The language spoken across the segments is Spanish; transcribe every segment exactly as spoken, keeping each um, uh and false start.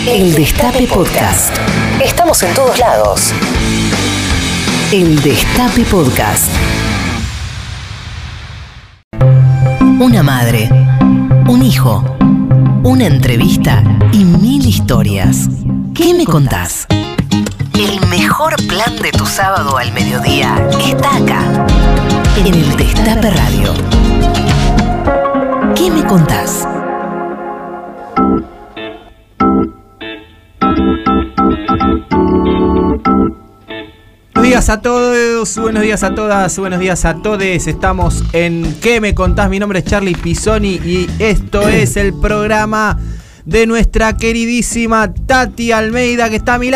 El Destape Podcast. Estamos en todos lados. El Destape Podcast. Una madre, un hijo, una entrevista y mil historias. ¿Qué me contás? El mejor plan de tu sábado al mediodía está acá, en el Destape Radio. ¿Qué me contás? Buenos días a todos, buenos días a todas, buenos días a todes. Estamos en ¿Qué me contás? Mi nombre es Charlie Pisoni y esto es el programa de nuestra queridísima Tati Almeida, que está a mi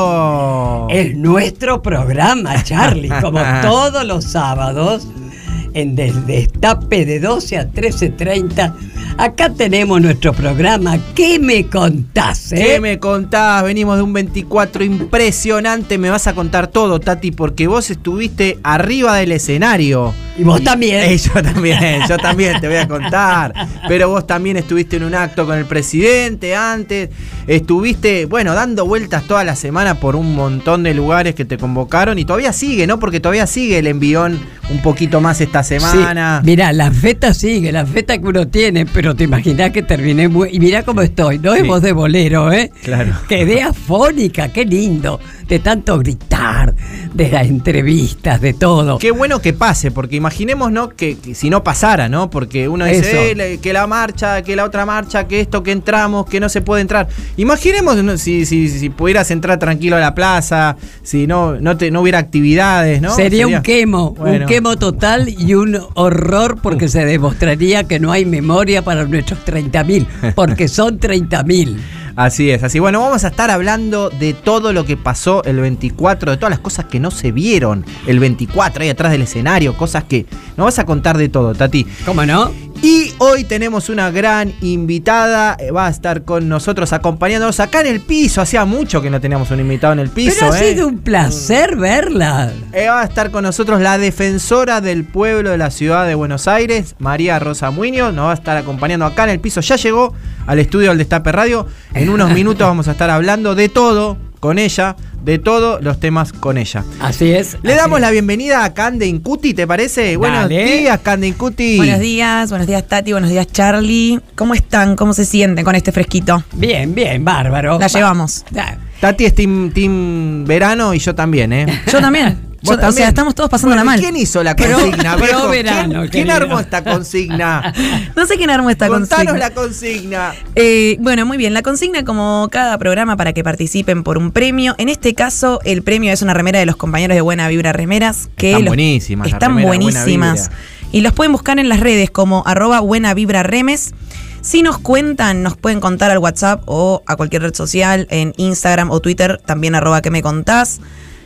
lado. Es nuestro programa, Charlie, como todos los sábados, en Del Destape de doce a trece treinta. Acá tenemos nuestro programa. ¿Qué me contás, eh? ¿Qué me contás? Venimos de un veinticuatro impresionante. Me vas a contar todo, Tati, porque vos estuviste arriba del escenario. Y vos y, también. Eh, yo también, yo también te voy a contar. Pero vos también estuviste en un acto con el presidente antes. Estuviste, bueno, dando vueltas toda la semana por un montón de lugares que te convocaron. Y todavía sigue, ¿no? Porque todavía sigue el envión un poquito más esta semana. Sí, mirá, la feta sigue, la feta que uno tiene, pero te imaginás que terminé muy... Y mirá cómo estoy, no es sí. Voz de bolero, ¿eh? Claro. Quedé afónica, qué lindo, de tanto gritar, de las entrevistas, de todo. Qué bueno que pase, porque imaginemos, ¿no? Que, que si no pasara, ¿no? Porque uno dice eh, que la marcha, que la otra marcha, que esto, que entramos, que no se puede entrar. Imaginemos, ¿no? si, si, si pudieras entrar tranquilo a la plaza, si no, no, te, no hubiera actividades, ¿no? Sería, Sería un quemo, bueno. un quemo total y un horror, porque uh. se demostraría que no hay memoria para nuestros treinta mil, porque son treinta mil. Así es, así. Bueno, vamos a estar hablando de todo lo que pasó el veinticuatro, de todas las cosas que no se vieron el veinticuatro, ahí atrás del escenario, cosas que nos vas a contar de todo, Tati. ¿Cómo no? Y hoy tenemos una gran invitada, va a estar con nosotros acompañándonos acá en el piso. Hacía mucho que no teníamos un invitado en el piso. Pero ha ¿eh? sido un placer verla. Eh, va a estar con nosotros la defensora del pueblo de la ciudad de Buenos Aires, María Rosa Muñoz. Nos va a estar acompañando acá en el piso. Ya llegó al estudio del Destape Radio. En unos minutos vamos a estar hablando de todo con ella, de todos los temas con ella. Así es. Le así damos es. la bienvenida a Cande Incuti, ¿te parece? Dale. Buenos días, Cande Incuti. Buenos días, buenos días, Tati, buenos días, Charlie. ¿Cómo están? ¿Cómo se sienten con este fresquito? Bien, bien, bárbaro. La llevamos. Tati es team, team verano y yo también, ¿eh? Yo también. Yo, o sea, estamos todos pasándola bueno, mal. ¿Quién hizo la consigna? Pro, pro verano, ¿Quién, ¿Quién armó esta consigna? No sé quién armó esta Contanos consigna. la consigna. Eh, bueno, muy bien. La consigna, como cada programa, para que participen por un premio. En este caso, el premio es una remera de los compañeros de Buena Vibra Remeras. Que están los, buenísimas. Están buenísimas. Y los pueden buscar en las redes como arroba Buena Vibra Remes. Si nos cuentan, nos pueden contar al WhatsApp o a cualquier red social, en Instagram o Twitter, también arroba que me contás.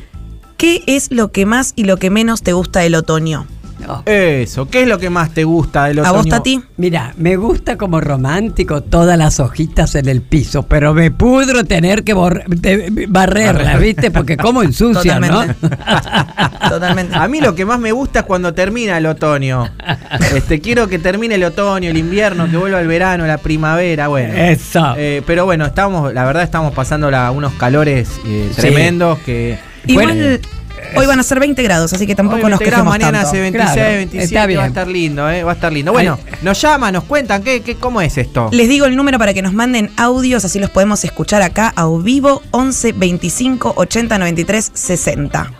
¿Qué es lo que más y lo que menos te gusta del otoño? Oh. Eso, ¿qué es lo que más te gusta del otoño? ¿A vos, Tati? Mira, me gusta como romántico todas las hojitas en el piso, pero me pudro tener que borre, de, barrerlas, ¿viste? Porque como ensucia, ¿no? Totalmente. A mí lo que más me gusta es cuando termina el otoño. Este, quiero que termine el otoño, el invierno, que vuelva el verano, la primavera, bueno. Eso. Eh, pero bueno, estamos, la verdad estamos pasando unos calores eh, tremendos sí. que... Igual... Bueno, hoy van a ser veinte grados, así que tampoco nos quejemos mañana tanto. hace veintiséis, claro, veintisiete, va a estar lindo, ¿eh? Va a estar lindo. Bueno, Ay. nos llaman, nos cuentan, ¿qué, qué, ¿cómo es esto? Les digo el número para que nos manden audios, así los podemos escuchar acá a vivo, once veinticinco ochenta noventa y tres sesenta.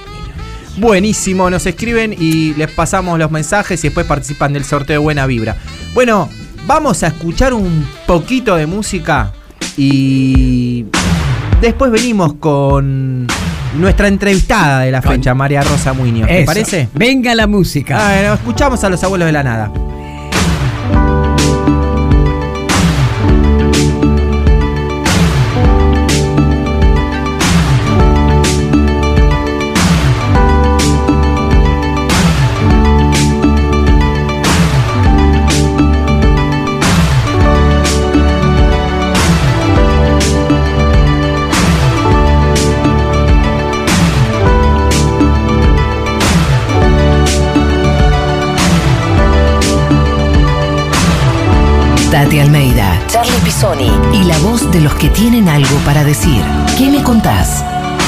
Buenísimo, nos escriben y les pasamos los mensajes y después participan del sorteo de Buena Vibra. Bueno, vamos a escuchar un poquito de música y después venimos con... nuestra entrevistada de la fecha, María Rosa Muñoz. ¿Te parece? Venga la música. Ah, bueno, escuchamos a los abuelos de la nada. Pisoni y la voz de los que tienen algo para decir. ¿Qué me contás?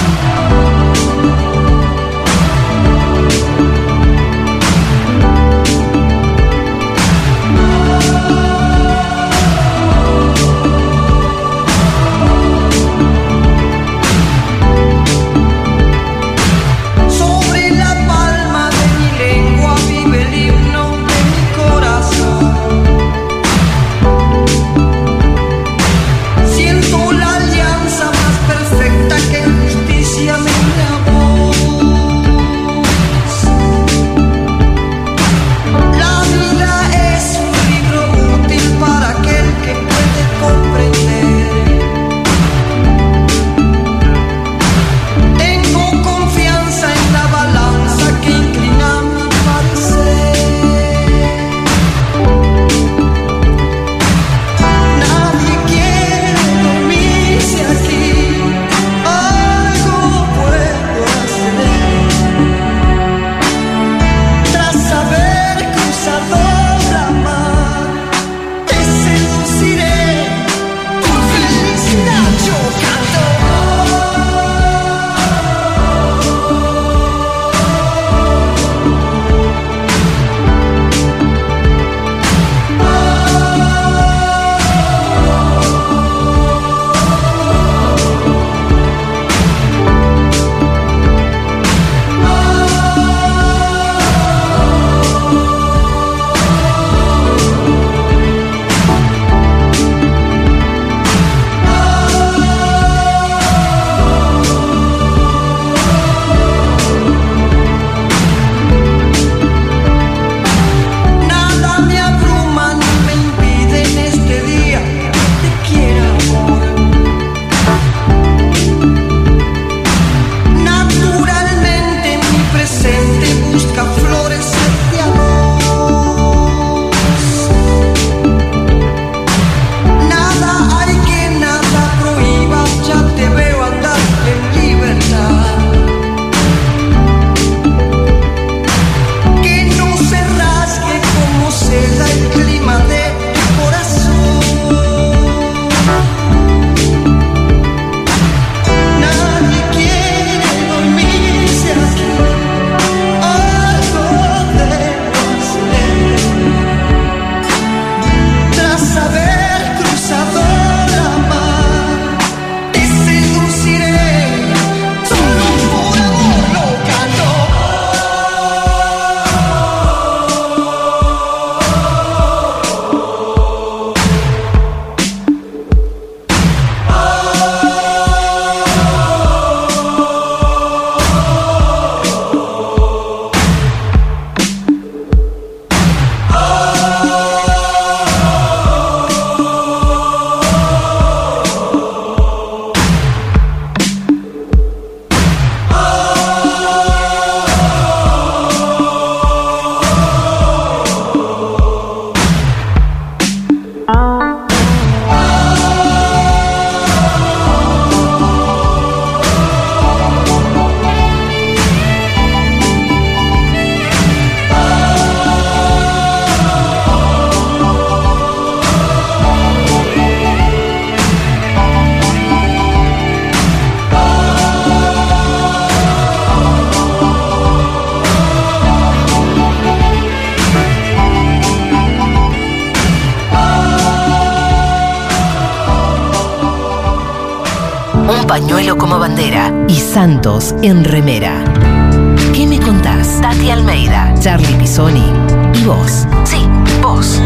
Pañuelo como bandera y Santos en remera. ¿Qué me contás? Tati Almeida, Charlie Pisoni y vos. Sí, vos.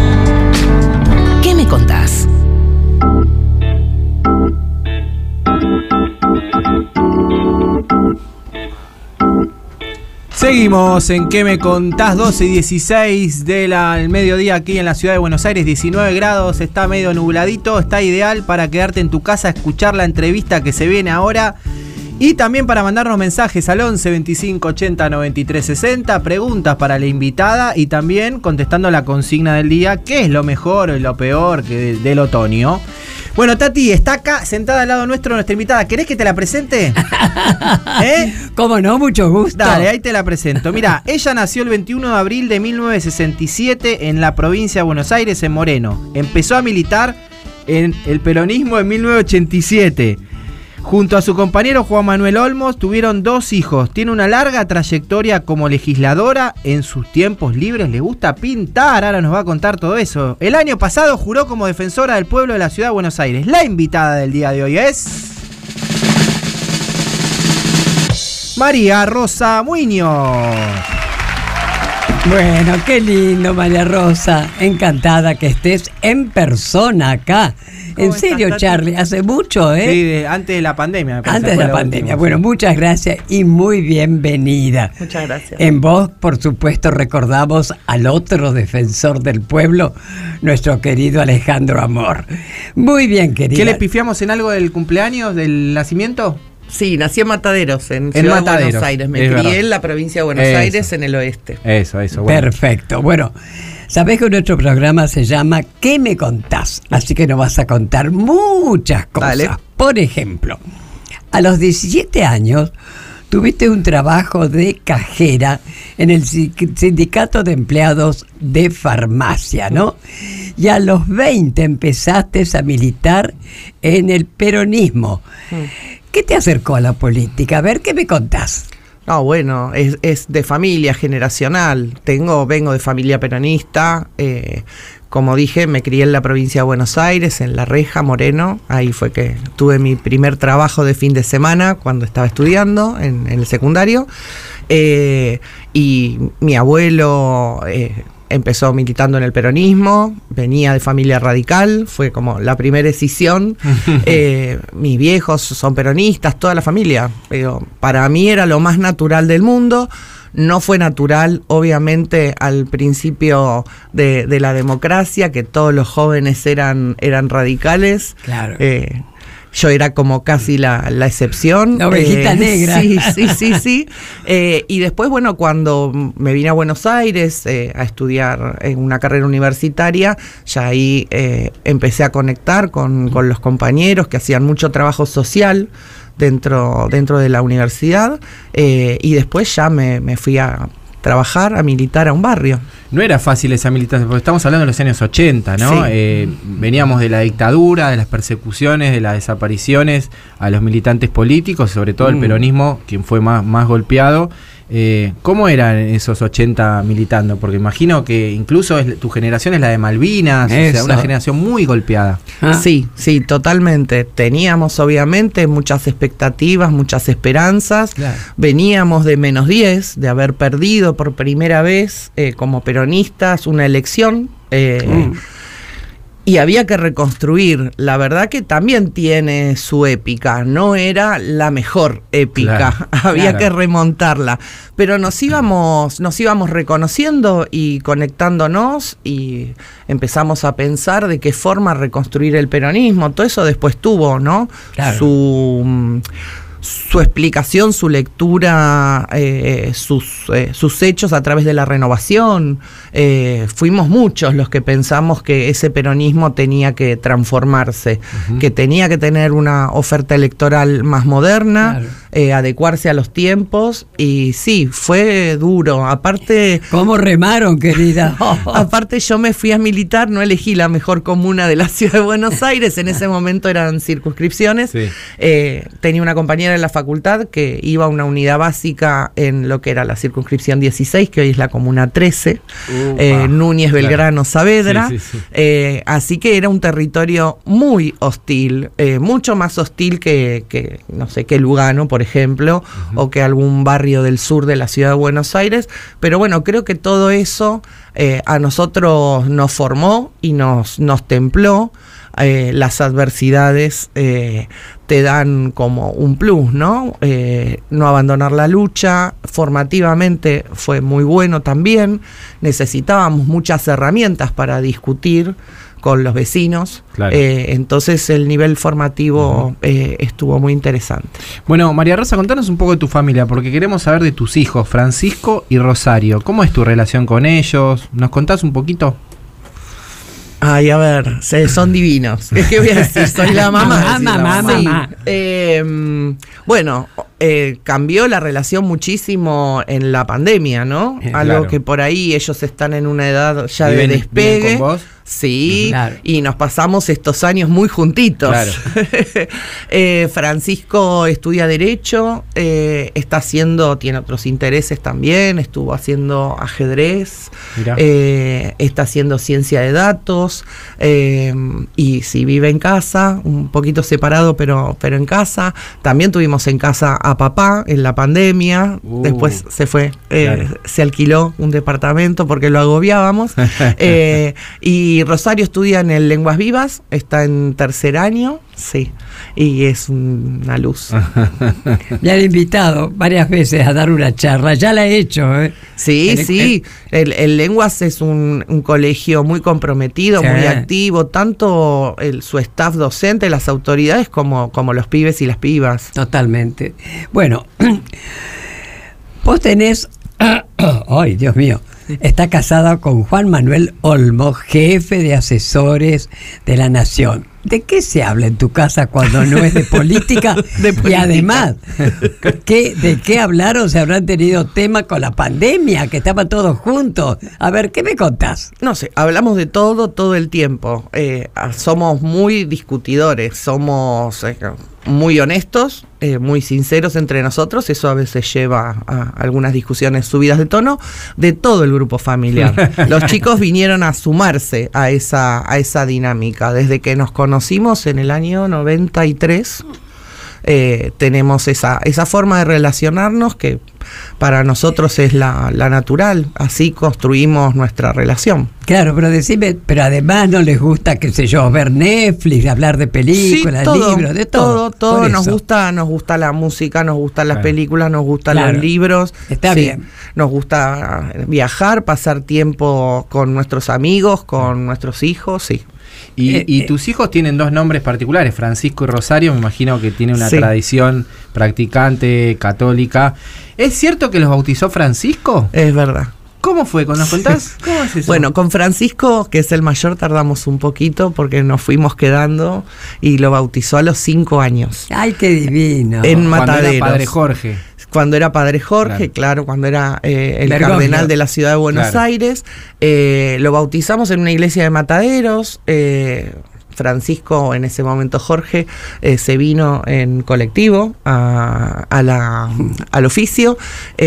¿Qué me contás? Seguimos en ¿Qué me contás? doce y dieciséis del mediodía aquí en la ciudad de Buenos Aires, diecinueve grados, está medio nubladito, está ideal para quedarte en tu casa a escuchar la entrevista que se viene ahora y también para mandarnos mensajes al once, veinticinco, ochenta, noventa y tres, sesenta, preguntas para la invitada y también contestando la consigna del día, ¿qué es lo mejor o lo peor que del, del otoño? Bueno, Tati, está acá sentada al lado nuestro nuestra invitada. ¿Querés que te la presente? ¿Eh? ¿Cómo no? Mucho gusto. Dale, ahí te la presento. Mirá, ella nació el veintiuno de abril de mil novecientos sesenta y siete en la provincia de Buenos Aires, en Moreno. Empezó a militar en el peronismo en mil novecientos ochenta y siete. Junto a su compañero Juan Manuel Olmos tuvieron dos hijos. Tiene una larga trayectoria como legisladora. En sus tiempos libres le gusta pintar. Ahora nos va a contar todo eso. El año pasado juró como defensora del pueblo de la ciudad de Buenos Aires. La invitada del día de hoy es María Rosa Muñoz. Bueno, qué lindo, María Rosa. Encantada que estés en persona acá. En serio, Charlie, hace mucho, ¿eh? Sí, de, antes de la pandemia. Me antes de la, la pandemia. Última, bueno, sí. Muchas gracias y muy bienvenida. Muchas gracias. En vos, por supuesto, recordamos al otro defensor del pueblo, nuestro querido Alejandro Amor. Muy bien, querida. ¿Qué le pifiamos en algo del cumpleaños, del nacimiento? Sí, nací en Mataderos, en, en Ciudad Mataderos. de Buenos Aires. Me es crié verdad. en la provincia de Buenos eso. Aires, en el oeste. Eso, eso. Bueno. Perfecto. Bueno, sabés que nuestro programa se llama ¿Qué me contás? Así que nos vas a contar muchas cosas. Dale. Por ejemplo, a los diecisiete años tuviste un trabajo de cajera en el Sindicato de Empleados de Farmacia, ¿no? Y a los veinte empezaste a militar en el peronismo. ¿Qué te acercó a la política? A ver, ¿qué me contás? No, bueno, es, es de familia generacional. Tengo, vengo de familia peronista. Eh, como dije, me crié en la provincia de Buenos Aires, en La Reja, Moreno. Ahí fue que tuve mi primer trabajo de fin de semana cuando estaba estudiando en, en el secundario. Eh, y mi abuelo eh, empezó militando en el peronismo, venía de familia radical, fue como la primera decisión. eh, mis viejos son peronistas, toda la familia. Pero para mí era lo más natural del mundo. No fue natural, obviamente, al principio de, de la democracia, que todos los jóvenes eran, eran radicales. Claro. Eh, Yo era como casi la, la excepción. La ovejita eh, negra. Sí, sí, sí, sí. Eh, y después, bueno, cuando me vine a Buenos Aires eh, a estudiar en una carrera universitaria, ya ahí eh, empecé a conectar con, con los compañeros que hacían mucho trabajo social dentro, dentro de la universidad. Eh, y después ya me, me fui a trabajar, a militar a un barrio. No era fácil esa militancia, porque estamos hablando de los años ochenta, ¿no? Sí. Eh, veníamos de la dictadura, de las persecuciones, de las desapariciones a los militantes políticos, sobre todo el Mm. peronismo, quien fue más, más golpeado. Eh, ¿Cómo eran esos ochenta militando? Porque imagino que incluso es, tu generación es la de Malvinas, o sea, Eso. una generación muy golpeada. Ah. Sí, sí, totalmente. Teníamos obviamente muchas expectativas, muchas esperanzas. Claro. Veníamos de menos diez, de haber perdido por primera vez eh, como peronistas una elección. eh, Mm. Y había que reconstruir. La verdad que también tiene su épica. No era la mejor épica. Claro, había claro. que remontarla. Pero nos íbamos, nos íbamos reconociendo y conectándonos y empezamos a pensar de qué forma reconstruir el peronismo. Todo eso después tuvo, ¿no? Claro. Su su explicación, su lectura, eh, sus, eh, sus hechos a través de la renovación. Eh, fuimos muchos los que pensamos que ese peronismo tenía que transformarse, Ujú. que tenía que tener una oferta electoral más moderna, Claro. eh, adecuarse a los tiempos, y sí, fue duro. Aparte... ¿Cómo remaron, querida? Aparte yo me fui a militar, no elegí la mejor comuna de la ciudad de Buenos Aires, en ese momento eran circunscripciones. Sí. Eh, tenía una compañera en la facultad que iba a una unidad básica en lo que era la circunscripción dieciséis, que hoy es la comuna trece, Upa, eh, Núñez, claro. Belgrano, Saavedra. Sí, sí, sí. Eh, así que era un territorio muy hostil, eh, mucho más hostil que, que, no sé, que Lugano, por ejemplo, Ujú. o que algún barrio del sur de la ciudad de Buenos Aires. Pero bueno, creo que todo eso eh, a nosotros nos formó y nos, nos templó. Eh, las adversidades eh, te dan como un plus, ¿no? Eh, no abandonar la lucha. Formativamente fue muy bueno también. Necesitábamos muchas herramientas para discutir con los vecinos. Claro. Eh, entonces el nivel formativo Ujú. eh, estuvo muy interesante. Bueno, María Rosa, contanos un poco de tu familia, porque queremos saber de tus hijos, Francisco y Rosario. ¿Cómo es tu relación con ellos? ¿Nos contás un poquito? Ay, a ver, se, son divinos. ¿Qué voy a decir? Soy la mamá. Mamá, mamá, Sí. mamá. Eh, bueno, eh, cambió la relación muchísimo en la pandemia, ¿no? Eh, Algo claro. que por ahí ellos están en una edad ya ¿Viven- de despegue. viven con vos? Sí, Claro. y nos pasamos estos años muy juntitos. Claro. eh, Francisco estudia Derecho, eh, está haciendo, tiene otros intereses también, estuvo haciendo ajedrez, Mirá. eh, está haciendo ciencia de datos, eh, y si vive en casa, un poquito separado, pero, pero en casa. También tuvimos en casa a papá en la pandemia, Uh, después se fue, eh, claro. se alquiló un departamento porque lo agobiábamos. eh, y Rosario estudia en el Lenguas Vivas, está en tercer año, sí, y es una luz. Me han invitado varias veces a dar una charla, ya la he hecho. ¿eh? Sí, El- sí, el, el Lenguas es un, un colegio muy comprometido, Sí. muy activo, tanto el, su staff docente, las autoridades, como, como los pibes y las pibas. Totalmente. Bueno, vos tenés, ay Dios mío, está casada con Juan Manuel Olmo, jefe de asesores de la Nación. ¿De qué se habla en tu casa cuando no es de política? De Y política. además, ¿qué, ¿de qué hablaron? ¿Se habrán tenido tema con la pandemia, que estaban todos juntos? A ver, ¿qué me contás? No sé, hablamos de todo, todo el tiempo. Eh, somos muy discutidores, somos eh, muy honestos, eh, muy sinceros entre nosotros. Eso a veces lleva a algunas discusiones subidas de tono de todo el grupo familiar. Los chicos vinieron a sumarse a esa, a esa dinámica. Desde que nos conocimos en el año noventa y tres, eh, tenemos esa, esa forma de relacionarnos que para nosotros es la, la natural. Así construimos nuestra relación. Claro, pero decime, pero además no les gusta, qué sé yo, ver Netflix, hablar de películas, Sí, todo, libros, de todo. Todo, todo Por nos eso. gusta, nos gusta la música, nos gustan las Claro. películas, nos gustan Claro. los libros. Está Sí, bien. Nos gusta viajar, pasar tiempo con nuestros amigos, con nuestros hijos, sí. Y, Eh, y eh. tus hijos tienen dos nombres particulares, Francisco y Rosario, me imagino que tiene una Sí. tradición practicante, católica. ¿Es cierto que los bautizó Francisco? Es verdad. ¿Cómo fue? ¿Nos contás? ¿Cómo es eso? Bueno, con Francisco, que es el mayor, tardamos un poquito porque nos fuimos quedando y lo bautizó a los cinco años. Ay, qué divino. En cuando Mataderos. era padre Jorge. Cuando era padre Jorge, Claro. claro, cuando era eh, el Bergoglio. cardenal de la ciudad de Buenos Claro. Aires, eh, lo bautizamos en una iglesia de Mataderos. eh, Francisco, en ese momento Jorge, eh, se vino en colectivo a, a la, al oficio,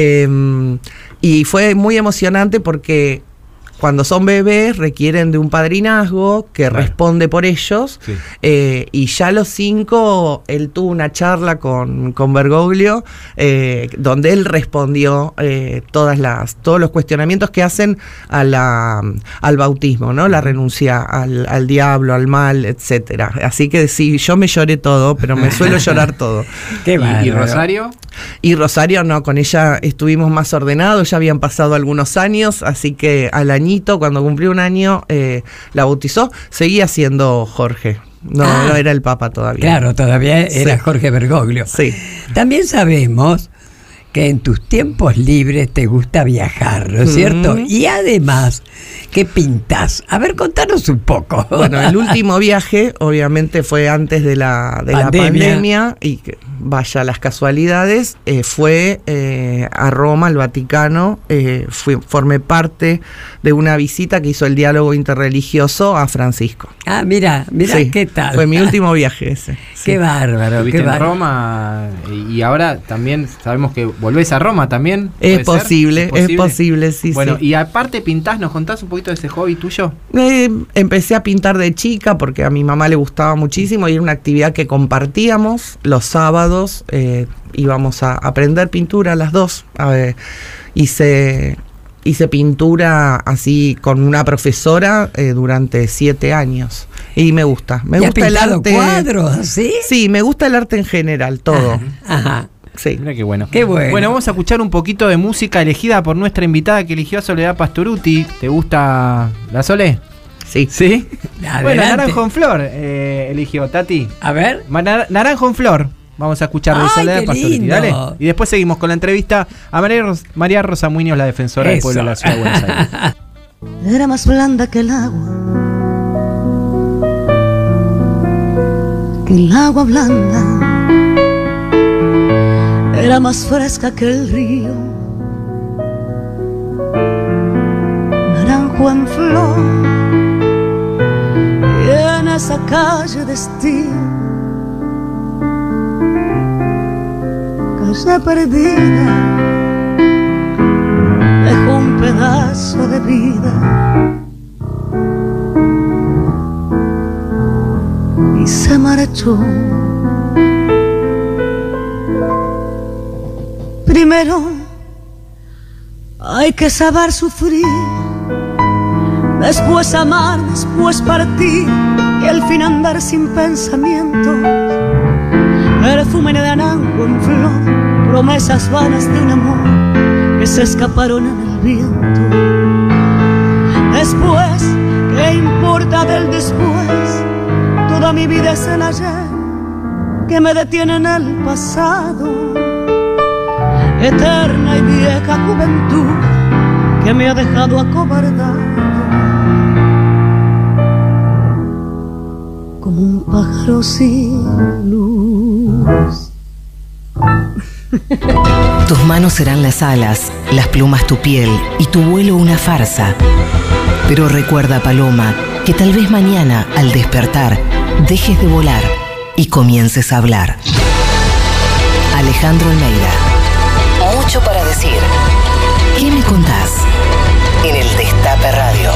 eh, y fue muy emocionante porque cuando son bebés requieren de un padrinazgo que Claro. responde por ellos. Sí. Eh, y ya a los cinco él tuvo una charla con, con Bergoglio, eh, donde él respondió eh, todas las, todos los cuestionamientos que hacen a la, al bautismo, ¿no? La renuncia al, al diablo, al mal, etcétera. Así que sí, yo me lloré todo, pero me suelo llorar todo. Qué ¿Y, y bárbaro. Rosario? Y Rosario no, con ella estuvimos más ordenados, ya habían pasado algunos años, así que al añito, cuando cumplió un año, eh, la bautizó. Seguía siendo Jorge, no, Ah. no era el Papa todavía. Claro, todavía era Sí. Jorge Bergoglio. Sí. También sabemos que en tus tiempos libres te gusta viajar, ¿no es Mm. cierto? Y además, ¿qué pintás? A ver, contanos un poco. Bueno, el último viaje, obviamente, fue antes de la, de Pandemia. la pandemia, y que, vaya las casualidades, eh, fue eh, a Roma, al Vaticano. Eh, fui, formé parte de una visita que hizo el diálogo interreligioso a Francisco. Ah, mira, mira, Sí, ¿qué tal? Fue mi último viaje ese. Qué Sí. bárbaro, Estuviste qué en bárbaro. Roma y y ahora también sabemos que volvés a Roma también. Es ¿puede ser? posible, es posible, sí, Bueno, sí. y aparte pintás, ¿nos contás un poquito de ese hobby tuyo? Eh, empecé a pintar de chica porque a mi mamá le gustaba muchísimo y era una actividad que compartíamos los sábados. Eh, íbamos a aprender pintura las dos. A ver, hice, hice pintura así con una profesora eh, durante siete años y me gusta. Me ¿Y has gusta el pintado arte. cuadros, así? Sí, me gusta el arte en general, todo. Ajá. Sí. Mira qué bueno. Qué bueno. Bueno, vamos a escuchar un poquito de música elegida por nuestra invitada que eligió a Soledad Pastoruti. ¿Te gusta la Sole? Sí. ¿Sí? Adelante. Bueno, Naranjo en Flor eh, eligió Tati. A ver. Ma- nar- Naranjo en Flor. Vamos a escuchar de ¡Ay, Soledad qué Pastoruti. lindo! Dale. Y después seguimos con la entrevista a María, Ros- María Rosa Muñoz, la defensora del Eso. pueblo de la ciudad de Buenos Aires. Era más blanda que el agua, que el agua blanda. era más fresca que el río, naranjo en flor, y en esa calle de estío, calle perdida, dejó un pedazo de vida y se marchó. Primero hay que saber sufrir, después amar, después partir y al fin andar sin pensamientos. Perfume de naranjo en flor, promesas vanas de un amor que se escaparon en el viento. Después, ¿qué importa del después? Toda mi vida es el ayer que me detiene en el pasado. Eterna y vieja juventud que me ha dejado acobardado, como un pájaro sin luz. Tus manos serán las alas, las plumas tu piel y tu vuelo una farsa. Pero recuerda, paloma, que tal vez mañana, al despertar, dejes de volar y comiences a hablar. Alejandro Almeida. Mucho para decir. ¿Qué me contás? En el Destape Radio.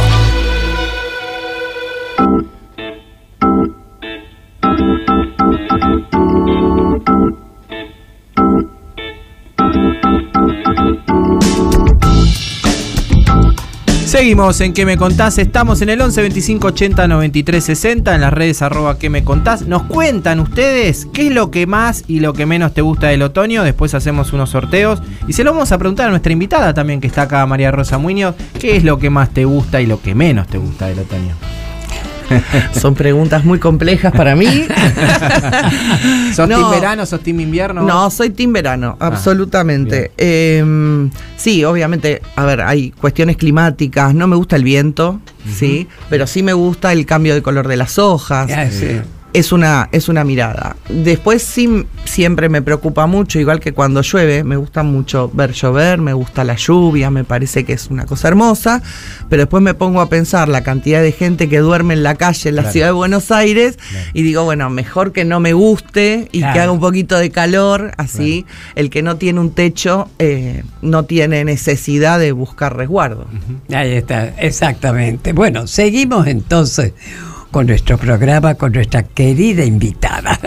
Seguimos en ¿Qué me contás? Estamos en el once veinticinco ochenta noventa y tres sesenta, en las redes arroba ¿Qué me contás? Nos cuentan ustedes qué es lo que más y lo que menos te gusta del otoño. Después hacemos unos sorteos y se lo vamos a preguntar a nuestra invitada también, que está acá, María Rosa Muñoz. ¿Qué es lo que más te gusta y lo que menos te gusta del otoño? Son preguntas muy complejas para mí. ¿Sos No. team verano, sos team invierno? No, soy team verano, Ah, absolutamente. Eh, sí, obviamente, a ver, hay cuestiones climáticas, no me gusta el viento, sí, pero sí me gusta el cambio de color de las hojas. Ah, sí. Es una, es una mirada. Después sí, siempre me preocupa mucho, igual que cuando llueve, me gusta mucho ver llover, me gusta la lluvia, me parece que es una cosa hermosa, pero después me pongo a pensar la cantidad de gente que duerme en la calle en la Claro. ciudad de Buenos Aires, Claro. y digo, bueno, mejor que no me guste y Claro. que haga un poquito de calor, así el que no tiene un techo eh, no tiene necesidad de buscar resguardo. Ahí está, exactamente. Bueno, seguimos entonces con nuestro programa, con nuestra querida invitada.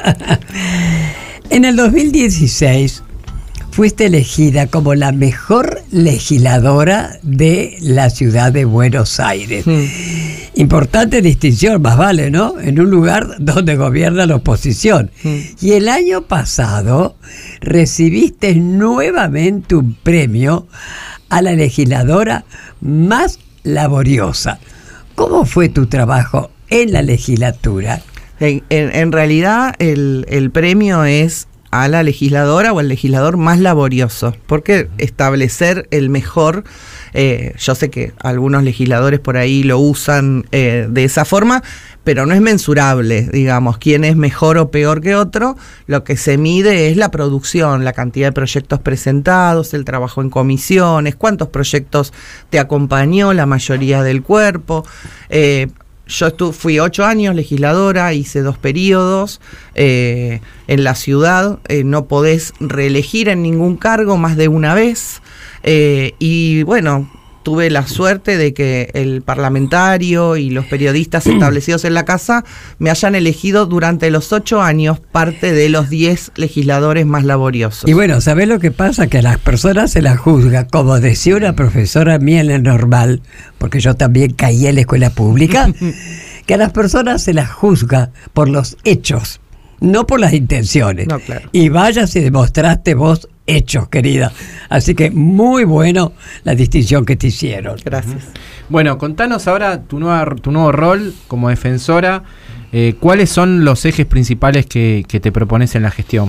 En el dos mil dieciséis fuiste elegida como la mejor legisladora de la ciudad de Buenos Aires. Mm. Importante distinción, más vale, ¿no? En un lugar donde gobierna la oposición. Mm. Y el año pasado recibiste nuevamente un premio a la legisladora más laboriosa. ¿Cómo fue tu trabajo en la legislatura? En, en- en realidad el, el premio es a la legisladora o al legislador más laborioso, porque establecer el mejor, eh, yo sé que algunos legisladores por ahí lo usan eh, de esa forma, pero no es mensurable, digamos, quién es mejor o peor que otro. Lo que se mide es la producción, la cantidad de proyectos presentados, el trabajo en comisiones, cuántos proyectos te acompañó la mayoría del cuerpo. eh, Yo estu- fui ocho años legisladora, hice dos periodos eh, en la ciudad, eh, no podés reelegir en ningún cargo más de una vez, eh, y bueno, tuve la suerte de que el parlamentario y los periodistas establecidos en la casa me hayan elegido durante los ocho años parte de los diez legisladores más laboriosos. Y bueno, ¿sabés lo que pasa? Que a las personas se las juzga, como decía una profesora mía en el normal, porque yo también caí en la escuela pública, que a las personas se las juzga por los hechos, no por las intenciones. No, claro. Y vaya si demostraste vos hechos, querida. Así que muy bueno la distinción que te hicieron. Gracias. Bueno, contanos ahora tu, nueva, tu nuevo rol como defensora. Eh, ¿Cuáles son los ejes principales que, que te propones en la gestión?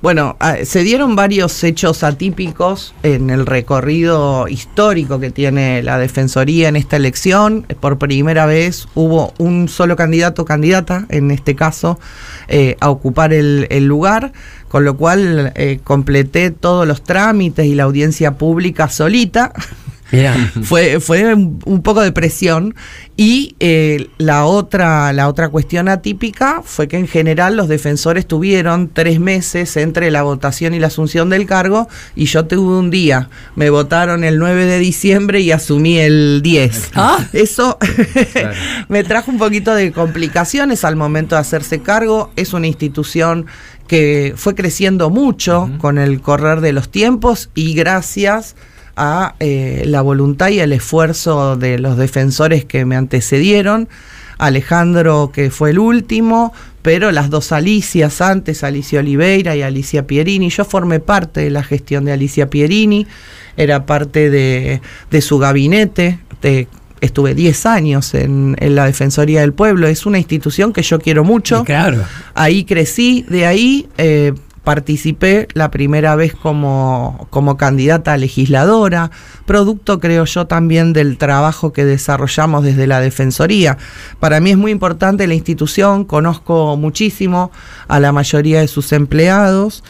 Bueno, se dieron varios hechos atípicos en el recorrido histórico que tiene la Defensoría en esta elección. Por primera vez hubo un solo candidato o candidata, en este caso, eh, a ocupar el, el lugar, con lo cual eh, completé todos los trámites y la audiencia pública solita. fue fue un, un poco de presión y eh, la otra la otra cuestión atípica fue que en general los defensores tuvieron tres meses entre la votación y la asunción del cargo, y yo tuve un día. Me votaron el nueve de diciembre y asumí el diez. ¿Ah? Eso claro. Me trajo un poquito de complicaciones al momento de hacerse cargo. Es una institución que fue creciendo mucho uh-huh. con el correr de los tiempos, y gracias a eh, la voluntad y el esfuerzo de los defensores que me antecedieron. Alejandro, que fue el último, pero las dos Alicias antes, Alicia Oliveira y Alicia Pierini. Yo formé parte de la gestión de Alicia Pierini, era parte de, de su gabinete, de, estuve diez años en, en la Defensoría del Pueblo. Es una institución que yo quiero mucho. Claro. Ahí crecí, de ahí eh, participé la primera vez como, como candidata a legisladora, producto, creo yo, también del trabajo que desarrollamos desde la Defensoría. Para mí es muy importante la institución, conozco muchísimo a la mayoría de sus empleados,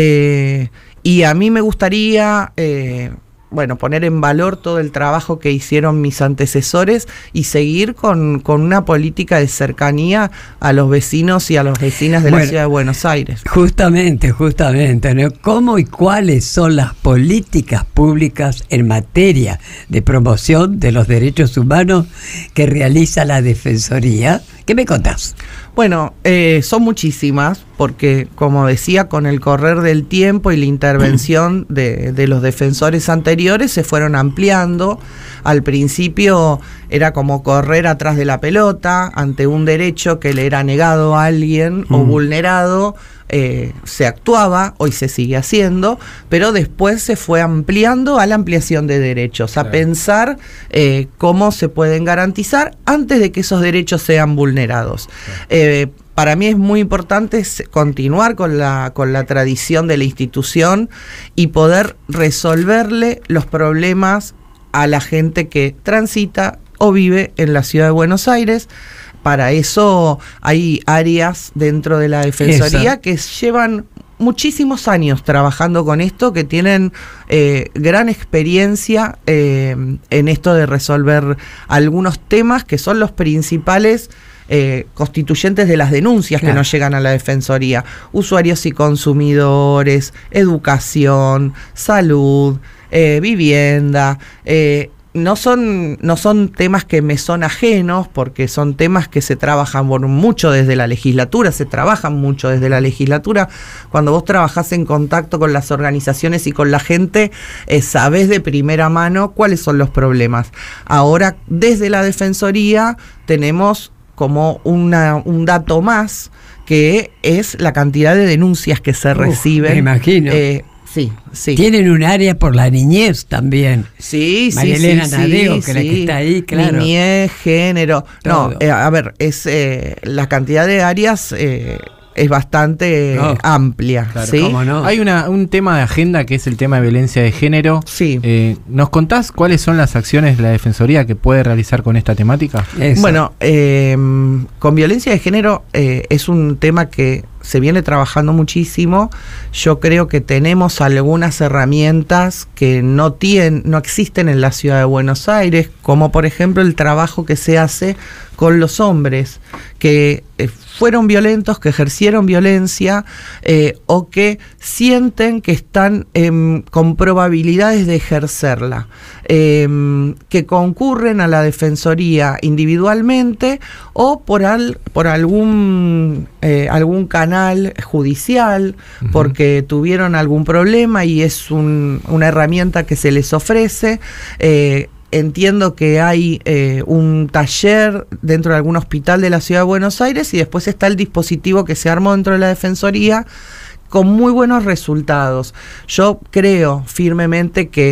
eh, y a mí me gustaría eh, bueno, poner en valor todo el trabajo que hicieron mis antecesores y seguir con, con una política de cercanía a los vecinos y a las vecinas de bueno, la ciudad de Buenos Aires. Justamente, justamente, ¿no? ¿Cómo y cuáles son las políticas públicas en materia de promoción de los derechos humanos que realiza la Defensoría? ¿Qué me contás? Bueno, eh, son muchísimas, porque como decía, con el correr del tiempo y la intervención de, de los defensores anteriores se fueron ampliando. Al principio era como correr atrás de la pelota ante un derecho que le era negado a alguien mm. o vulnerado. Eh, se actuaba, hoy se sigue haciendo, pero después se fue ampliando a la ampliación de derechos, claro. a pensar eh, cómo se pueden garantizar antes de que esos derechos sean vulnerados. Claro. Eh, para mí es muy importante continuar con la, con la tradición de la institución y poder resolverle los problemas a la gente que transita o vive en la ciudad de Buenos Aires. Para eso hay áreas dentro de la Defensoría Esa. que llevan muchísimos años trabajando con esto, que tienen eh, gran experiencia eh, en esto de resolver algunos temas que son los principales eh, constituyentes de las denuncias claro. que nos llegan a la Defensoría: usuarios y consumidores, educación, salud, eh, vivienda. Eh, No son, no son temas que me son ajenos, porque son temas que se trabajan por mucho desde la legislatura, se trabajan mucho desde la legislatura. Cuando vos trabajás en contacto con las organizaciones y con la gente, eh, sabés de primera mano cuáles son los problemas. Ahora, desde la Defensoría, tenemos como una, un dato más, que es la cantidad de denuncias que se Uf, reciben. Me imagino. Eh, Sí, sí. Tienen un área por la niñez también. Sí, sí, María Elena sí, Nadeo, sí, que sí. la que está ahí, claro. Niñez, género. Todo. No, eh, a ver, es eh, la cantidad de áreas eh, es bastante no. amplia. Claro, ¿sí? ¿Cómo no? Hay una, un tema de agenda que es el tema de violencia de género. Sí. Eh, ¿Nos contás cuáles son las acciones de la Defensoría que puede realizar con esta temática? Eso. Bueno, eh, con violencia de género eh, es un tema que se viene trabajando muchísimo. Yo creo que tenemos algunas herramientas que no tienen, no existen en la ciudad de Buenos Aires, como por ejemplo el trabajo que se hace con los hombres que eh, fueron violentos, que ejercieron violencia eh, o que sienten que están eh, con probabilidades de ejercerla, eh, que concurren a la Defensoría individualmente o por, al, por algún, eh, algún canal judicial, uh-huh. porque tuvieron algún problema y es un, una herramienta que se les ofrece. Eh, Entiendo que hay eh, un taller dentro de algún hospital de la ciudad de Buenos Aires, y después está el dispositivo que se armó dentro de la Defensoría con muy buenos resultados. Yo creo firmemente que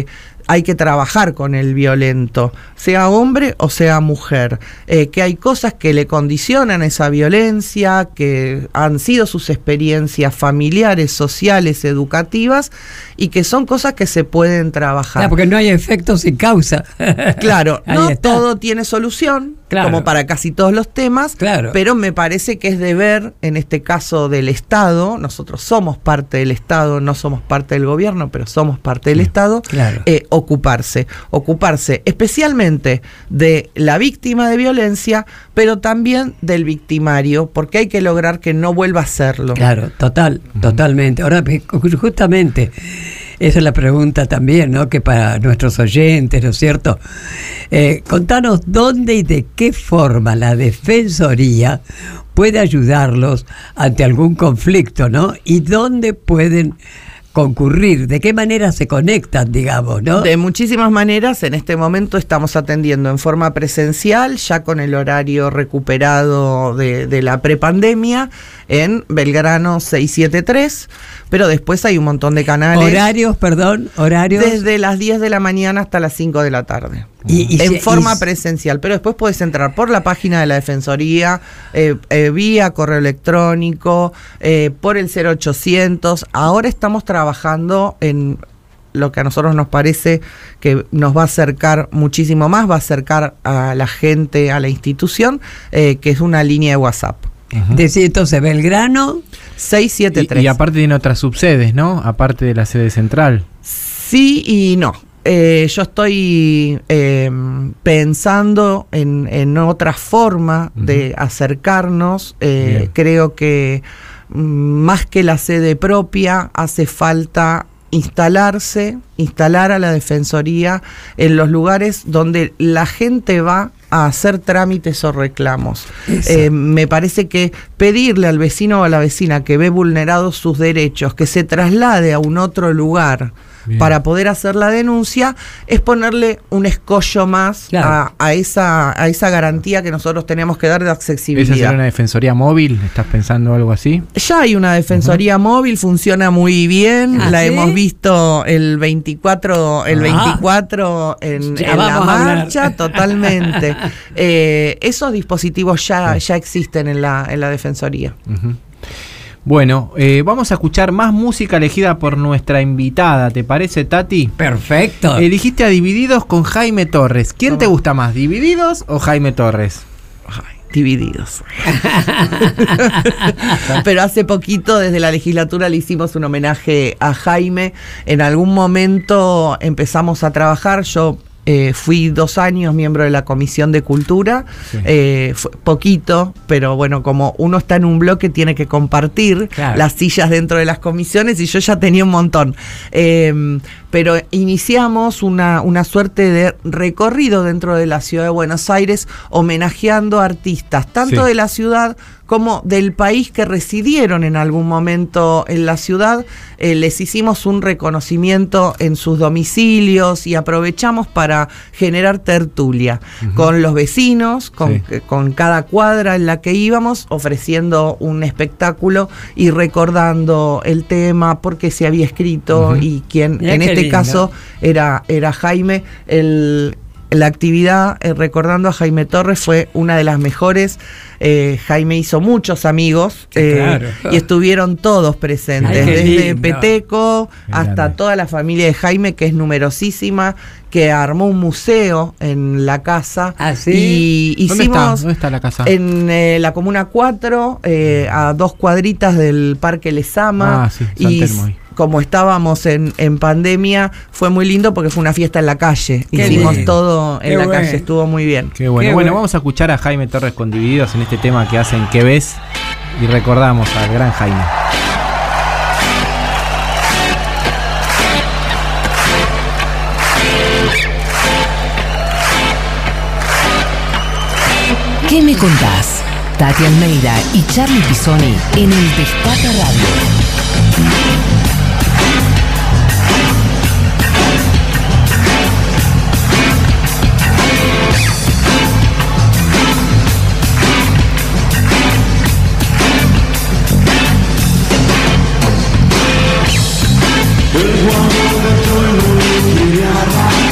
hay que trabajar con el violento, sea hombre o sea mujer, eh, que hay cosas que le condicionan esa violencia, que han sido sus experiencias familiares, sociales, educativas, y que son cosas que se pueden trabajar. Claro, porque no hay efecto sin causa. Claro, no está. todo tiene solución, Claro. como para casi todos los temas, Claro. pero me parece que es deber, en este caso del Estado, nosotros somos parte del Estado, no somos parte del gobierno, pero somos parte del Estado, Claro. eh, ocuparse, ocuparse especialmente de la víctima de violencia, pero también del victimario, porque hay que lograr que no vuelva a serlo. Claro, total, totalmente. Ahora, justamente, esa es la pregunta también, ¿no? Que para nuestros oyentes, ¿no es cierto? Eh, contanos dónde y de qué forma la Defensoría puede ayudarlos ante algún conflicto, ¿no? Y dónde pueden concurrir, de qué manera se conectan, digamos, ¿no? De muchísimas maneras. En este momento estamos atendiendo en forma presencial, ya con el horario recuperado de, de la prepandemia, en Belgrano seiscientos setenta y tres, pero después hay un montón de canales. Horarios, perdón, horarios. Desde las diez de la mañana hasta las cinco de la tarde. Y- y en se- forma y- presencial, pero después puedes entrar por la página de la Defensoría, eh, eh, vía correo electrónico, eh, por el cero ochocientos. Ahora estamos trabajando en lo que a nosotros nos parece que nos va a acercar muchísimo más, va a acercar a la gente, a la institución, eh, que es una línea de WhatsApp. Decir, entonces, Belgrano. seiscientos setenta y tres. Y, y aparte tiene otras subsedes, ¿no? Aparte de la sede central. Sí y no. Eh, yo estoy eh, pensando en, en otra forma Ujú. de acercarnos. Eh, Bien. creo que mm, más que la sede propia, hace falta instalarse, instalar a la Defensoría en los lugares donde la gente va a hacer trámites o reclamos. Eso. Eh, me parece que pedirle al vecino o a la vecina que ve vulnerados sus derechos, que se traslade a un otro lugar Bien. para poder hacer la denuncia, es ponerle un escollo más Claro. a, a esa, a esa garantía que nosotros tenemos que dar de ¿Esa accesibilidad. será una defensoría móvil? ¿Estás pensando algo así? Ya hay una defensoría móvil, funciona muy bien, ¿Ah, la sí? hemos visto el veinticuatro, el Ah. veinticuatro en, Ya en la vamos a hablar. marcha, totalmente. Eh, esos dispositivos ya, ya existen en la, en la defensoría. Ujú. Bueno, eh, vamos a escuchar más música elegida por nuestra invitada, ¿te parece, Tati? Perfecto. Elegiste a Divididos con Jaime Torres. ¿Quién te gusta más, Divididos o Jaime Torres? Ay, divididos. Pero hace poquito, desde la legislatura, le hicimos un homenaje a Jaime. En algún momento empezamos a trabajar. Yo eh, fui dos años miembro de la Comisión de Cultura. Sí. Eh, fue poquito, pero bueno, como uno está en un bloque, tiene que compartir Claro. las sillas dentro de las comisiones, y yo ya tenía un montón. Eh, pero iniciamos una, una suerte de recorrido dentro de la ciudad de Buenos Aires, homenajeando a artistas, tanto Sí. de la ciudad como del país, que residieron en algún momento en la ciudad. Eh, les hicimos un reconocimiento en sus domicilios y aprovechamos para generar tertulia Ujú. con los vecinos, con, Sí. eh, con cada cuadra en la que íbamos, ofreciendo un espectáculo y recordando el tema, por qué se había escrito, Ujú. y quién, Mirá en qué este lindo. caso era, era Jaime. El, la actividad eh, recordando a Jaime Torres fue una de las mejores. Eh, Jaime hizo muchos amigos, Sí, eh, claro. y estuvieron todos presentes, Ay, qué desde lindo. Peteco Qué hasta grande. toda la familia de Jaime, que es numerosísima, que armó un museo en la casa. ¿Ah, sí? Y ¿Dónde está? hicimos ¿Dónde está la casa? en eh, la Comuna cuatro, eh, a dos cuadritas del Parque Lesama. Ah, sí, San y Telmo ahí. como estábamos en, en pandemia, fue muy lindo porque fue una fiesta en la calle. Qué Hicimos lindo. todo en Qué la bueno. calle, estuvo muy bien. Qué bueno. Qué bueno, bueno. vamos a escuchar a Jaime Torres con Divididos en este tema que hacen ¿Qué ves? Y recordamos al gran Jaime. ¿Qué me contás? Tati Almeida y Charlie Pisoni en el Destape Radio. El guapo de tu luz brillaba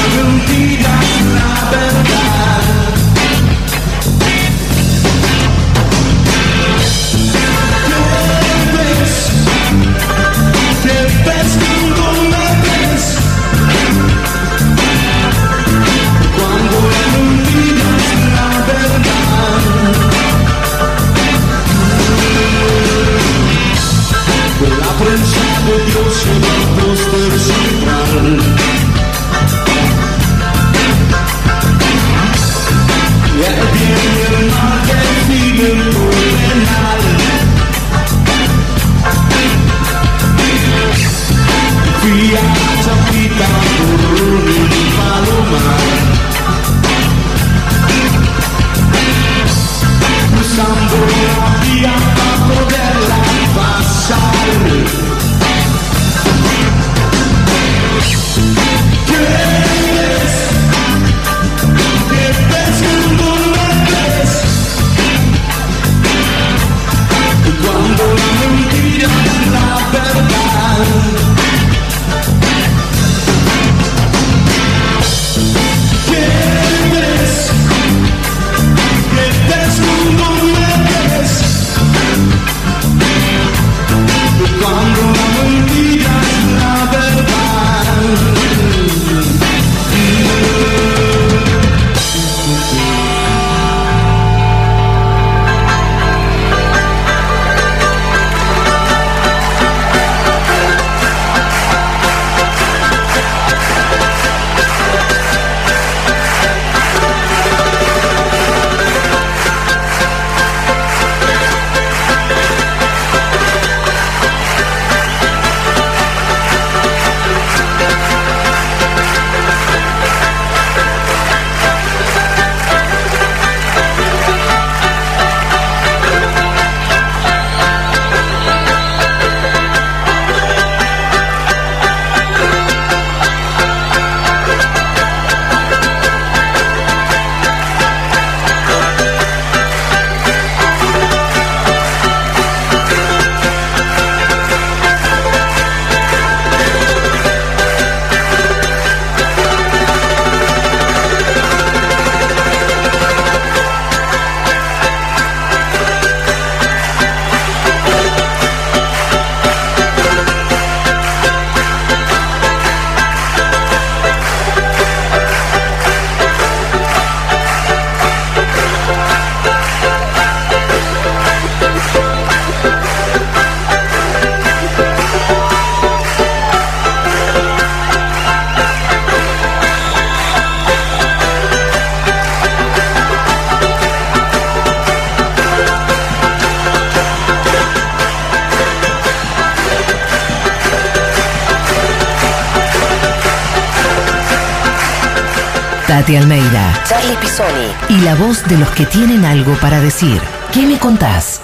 Tati Almeida, Charlie Pisoni y la voz de los que tienen algo para decir. ¿Qué me contás?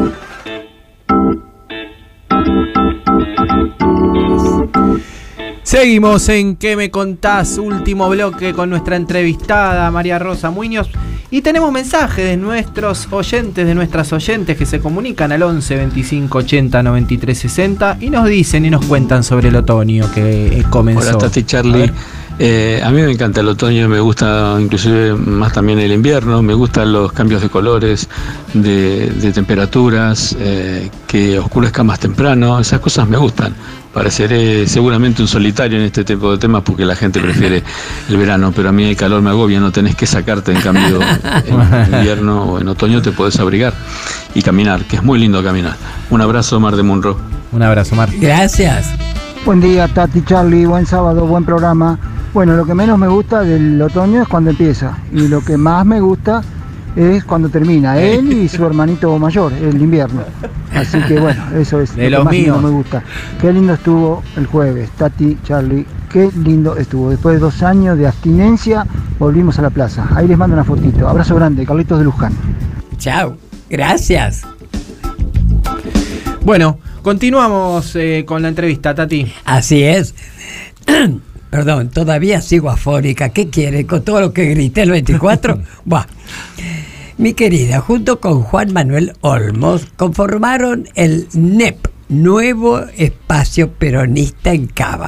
Seguimos en ¿Qué me contás? Último bloque con nuestra entrevistada María Rosa Muñoz. Y tenemos mensajes de nuestros oyentes, de nuestras oyentes que se comunican al once, veinticinco, ochenta, noventa y tres, sesenta y nos dicen y nos cuentan sobre el otoño que comenzó. Hola Tati, Charlie. A, eh, a mí me encanta el otoño, me gusta inclusive más también el invierno, me gustan los cambios de colores, de, de temperaturas, eh, que oscurezca más temprano, esas cosas me gustan. Pareceré seguramente un solitario en este tipo de temas porque la gente prefiere el verano, pero a mí el calor me agobia, no tenés que sacarte, en cambio en invierno o en otoño te podés abrigar y caminar, que es muy lindo caminar. Un abrazo, Mar de Munro. Un abrazo, Mar. Gracias. Buen día, Tati, Charlie, buen sábado, buen programa. Bueno, lo que menos me gusta del otoño es cuando empieza y lo que más me gusta es cuando termina, él y su hermanito mayor, el invierno. Así que bueno, eso es de lo que más míos. lindo me gusta. Qué lindo estuvo el jueves, Tati, Charlie, qué lindo estuvo. Después de dos años de abstinencia, volvimos a la plaza. Ahí les mando una fotito. Abrazo grande, Carlitos de Luján. Chao, gracias. Bueno, continuamos eh, con la entrevista, Tati. Así es. Perdón, todavía sigo afónica. ¿Qué quiere? ¿Con todo lo que grité el veinticuatro? Buah. Mi querida, junto con Juan Manuel Olmos, conformaron el N E P, Nuevo Espacio Peronista en Cava.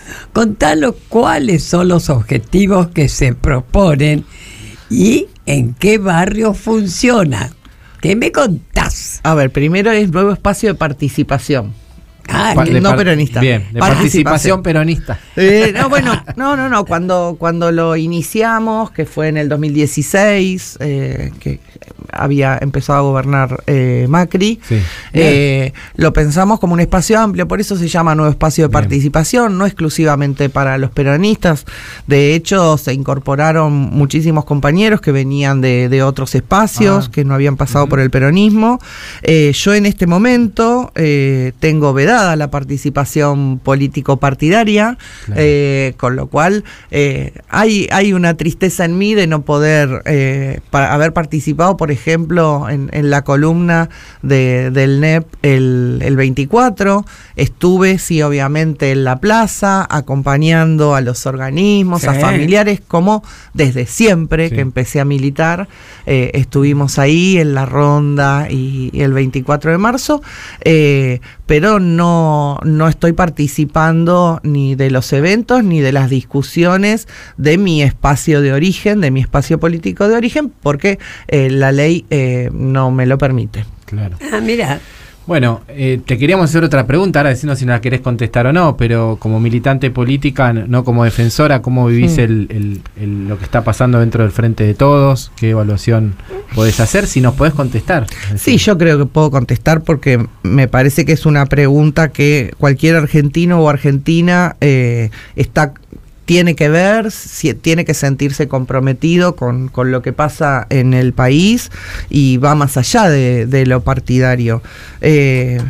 Contanos cuáles son los objetivos que se proponen y en qué barrio funciona. ¿Qué me contás? A ver, primero es nuevo espacio de participación. Ah, Pa- que- de no par- peronista. Bien, de participación peronista. Eh, no, bueno, no, no, no. Cuando, cuando lo iniciamos, que fue en el dos mil dieciséis, eh, que había empezado a gobernar eh, Macri, Sí. eh, lo pensamos como un espacio amplio, por eso se llama Nuevo Espacio de Bien. Participación, no exclusivamente para los peronistas. De hecho, se incorporaron muchísimos compañeros que venían de, de otros espacios, Ah. que no habían pasado Ujú. por el peronismo. Eh, yo en este momento eh, tengo vedada la participación político-partidaria, Claro. eh, con lo cual eh, hay, hay una tristeza en mí de no poder eh, pa- haber participado, por ejemplo, en, en la columna de, del N E P el, el veinticuatro. Estuve, sí, obviamente, en la plaza, acompañando a los organismos, Sí. a familiares, como desde siempre Sí. que empecé a militar, eh, estuvimos ahí en la ronda y, y el veinticuatro de marzo, eh, pero no, no estoy participando ni de los eventos ni de las discusiones de mi espacio de origen, de mi espacio político de origen, porque eh, la ley eh, no me lo permite. Claro. Ah, mira. Bueno, eh, te queríamos hacer otra pregunta, ahora decirnos si la querés contestar o no, pero como militante política, no como defensora, ¿cómo vivís Mm. el, el- el- lo que está pasando dentro del Frente de Todos? ¿Qué evaluación podés hacer? Si nos podés contestar. Sí, yo creo que puedo contestar porque me parece que es una pregunta que cualquier argentino o argentina eh, está tiene que ver, si, tiene que sentirse comprometido con, con lo que pasa en el país y va más allá de, de lo partidario. Eh,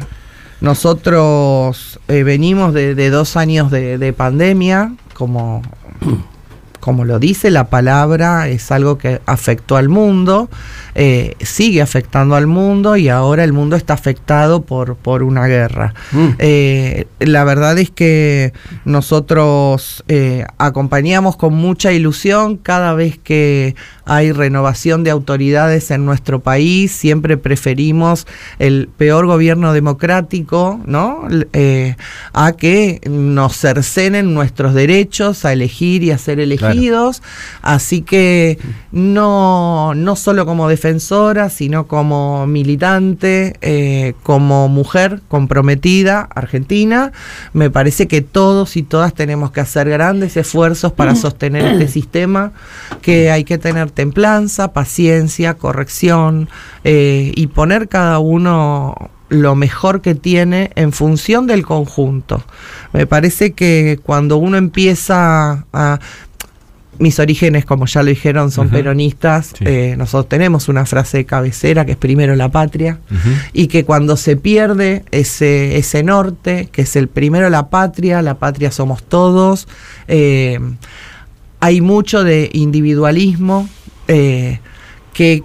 nosotros eh, venimos de, de dos años de, de pandemia, como... Como lo dice la palabra, es algo que afectó al mundo, eh, sigue afectando al mundo y ahora el mundo está afectado por, por una guerra. Mm. Eh, la verdad es que nosotros eh, acompañamos con mucha ilusión cada vez que hay renovación de autoridades en nuestro país, siempre preferimos el peor gobierno democrático, ¿no? Eh, a que nos cercenen nuestros derechos a elegir y a ser elegidos. Claro. Así que no, no solo como defensora, sino como militante, eh, como mujer comprometida argentina, me parece que todos y todas tenemos que hacer grandes esfuerzos para sostener este sistema, que hay que tener templanza, paciencia, corrección eh, y poner cada uno lo mejor que tiene en función del conjunto. Me parece que cuando uno empieza a... Mis orígenes, como ya lo dijeron, son uh-huh. peronistas. Sí. Eh, nosotros tenemos una frase de cabecera que es primero la patria, uh-huh. y que cuando se pierde ese, ese norte, que es el primero la patria, la patria somos todos, eh, hay mucho de individualismo eh, que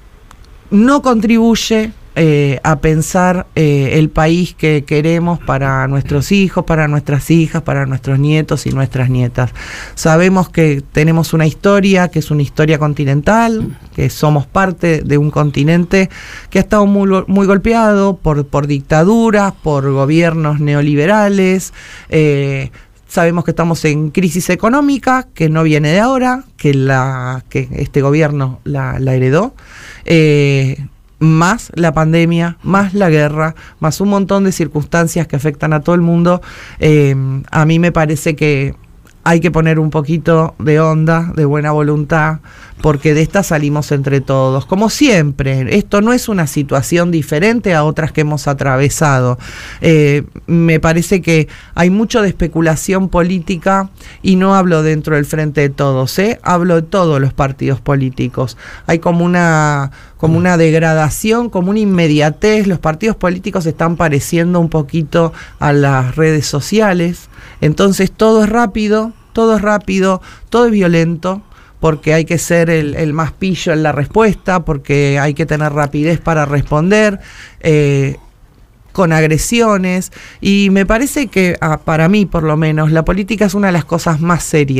no contribuye Eh, a pensar eh, el país que queremos para nuestros hijos, para nuestras hijas, para nuestros nietos y nuestras nietas. Sabemos que tenemos una historia, que es una historia continental, que somos parte de un continente que ha estado muy, muy golpeado por, por dictaduras, por gobiernos neoliberales. Eh, Sabemos que estamos en crisis económica, que no viene de ahora, que, la, que este gobierno la, la heredó. Eh, más la pandemia, más la guerra, más un montón de circunstancias que afectan a todo el mundo. Eh, a mí me parece que hay que poner un poquito de onda, de buena voluntad, porque de esta salimos entre todos. Como siempre, esto no es una situación diferente a otras que hemos atravesado. Eh, me parece que hay mucho de especulación política, y no hablo dentro del Frente de Todos, ¿eh? Hablo de todos los partidos políticos. Hay como una, como una degradación, como una inmediatez. Los partidos políticos están pareciendo un poquito a las redes sociales. Entonces todo es rápido, todo es rápido, todo es violento, porque hay que ser el, el más pillo en la respuesta, porque hay que tener rapidez para responder, eh, con agresiones, y me parece que, ah, para mí por lo menos, la política es una de las cosas más serias,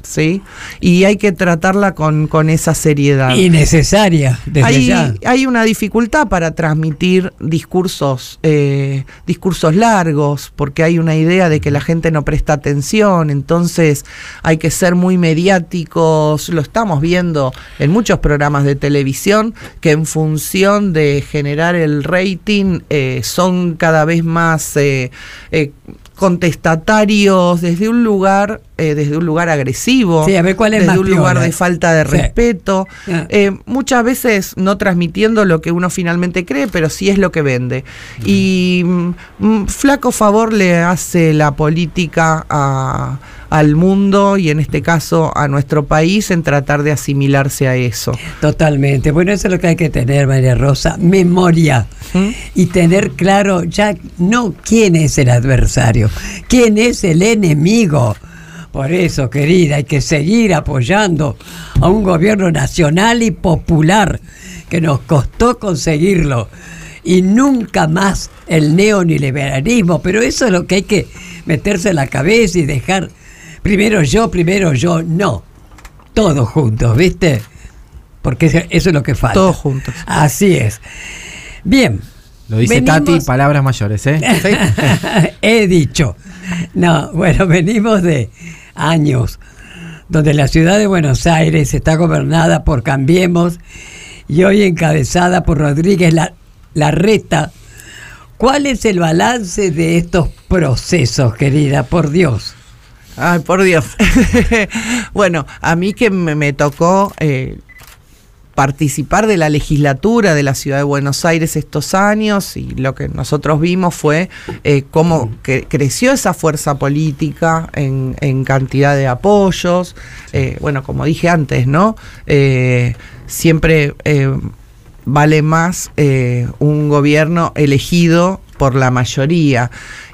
¿sí? Y hay que tratarla con, con esa seriedad. Y necesaria, desde hay, ya. Hay una dificultad para transmitir discursos, eh, discursos largos, porque hay una idea de que la gente no presta atención, entonces hay que ser muy mediáticos. Lo estamos viendo en muchos programas de televisión, que en función de generar el rating eh, son cada vez más eh, eh, contestatarios desde un lugar eh, desde un lugar agresivo, sí, a ver cuál es desde más un piola. lugar de falta de Sí. respeto, Ah. eh, muchas veces no transmitiendo lo que uno finalmente cree, pero sí es lo que vende. Y mm, flaco favor le hace la política a, al mundo y en este caso a nuestro país en tratar de asimilarse a eso. Totalmente. Bueno, eso es lo que hay que tener, María Rosa, memoria. ¿Mm? Y tener claro ya no quién es el adversario, quién es el enemigo. Por eso, querida, hay que seguir apoyando a un gobierno nacional y popular que nos costó conseguirlo. Y nunca más el neoliberalismo. Pero eso es lo que hay que meterse en la cabeza y dejar primero yo, primero yo. No, todos juntos, ¿viste? Porque eso es lo que falta. Todos juntos. Así es. Bien. Lo dice venimos... Tati, palabras mayores, ¿eh? ¿Sí? He dicho. No, bueno, venimos de años donde la ciudad de Buenos Aires está gobernada por Cambiemos y hoy encabezada por Rodríguez Larreta. ¿Cuál es el balance de estos procesos, querida? Por Dios. Ay, por Dios. Bueno, a mí que me, me tocó eh, participar de la legislatura de la ciudad de Buenos Aires estos años, y lo que nosotros vimos fue eh, cómo que creció esa fuerza política en, en cantidad de apoyos. Eh, bueno, como dije antes, ¿no? Eh, siempre eh, vale más eh, un gobierno elegido por la mayoría.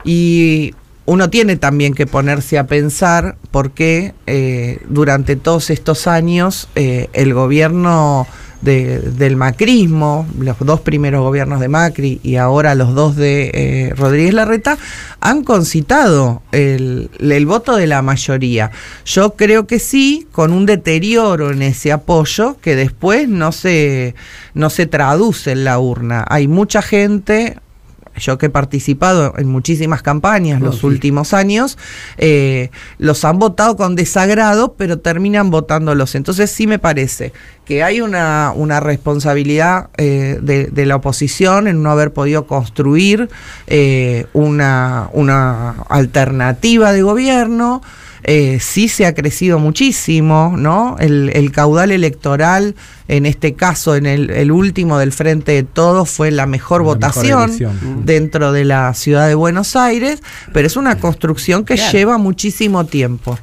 Y uno tiene también que ponerse a pensar por qué eh, durante todos estos años eh, el gobierno de, del macrismo, los dos primeros gobiernos de Macri y ahora los dos de eh, Rodríguez Larreta, han concitado el, el voto de la mayoría. Yo creo que sí, con un deterioro en ese apoyo que después no se, no se traduce en la urna. Hay mucha gente... Yo que he participado en muchísimas campañas oh, los sí. últimos años, eh, los han votado con desagrado, pero terminan votándolos. Entonces sí me parece que hay una, una responsabilidad eh, de, de la oposición en no haber podido construir eh, una, una alternativa de gobierno. Eh, sí se ha crecido muchísimo, ¿no? El, el caudal electoral, en este caso, en el, el último del Frente de Todos, fue la mejor La votación mejor dentro de la ciudad de Buenos Aires, pero es una construcción que Claro. lleva muchísimo tiempo.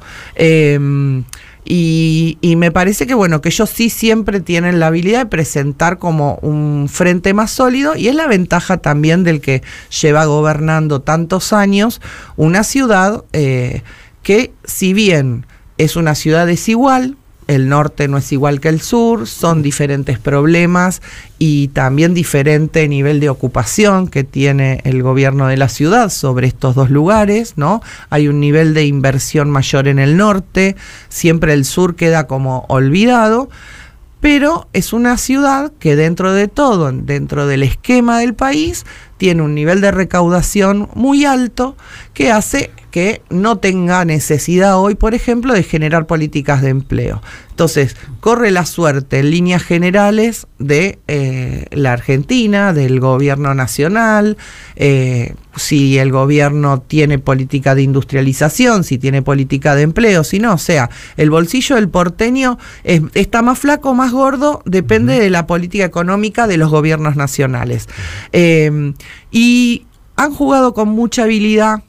Eh, Y, y me parece que bueno, que ellos sí siempre tienen la habilidad de presentar como un frente más sólido, y es la ventaja también del que lleva gobernando tantos años una ciudad eh, que, si bien es una ciudad desigual, el norte no es igual que el sur, son diferentes problemas y también diferente nivel de ocupación que tiene el gobierno de la ciudad sobre estos dos lugares, ¿no? Hay un nivel de inversión mayor en el norte, siempre el sur queda como olvidado, pero es una ciudad que dentro de todo, dentro del esquema del país, tiene un nivel de recaudación muy alto que hace que no tenga necesidad hoy, por ejemplo, de generar políticas de empleo. Entonces, corre la suerte en líneas generales de eh, la Argentina, del gobierno nacional, eh, si el gobierno tiene política de industrialización, si tiene política de empleo, si no, o sea, el bolsillo del porteño es, está más flaco, más gordo, depende uh-huh. de la política económica de los gobiernos nacionales. Eh, y han jugado con mucha habilidad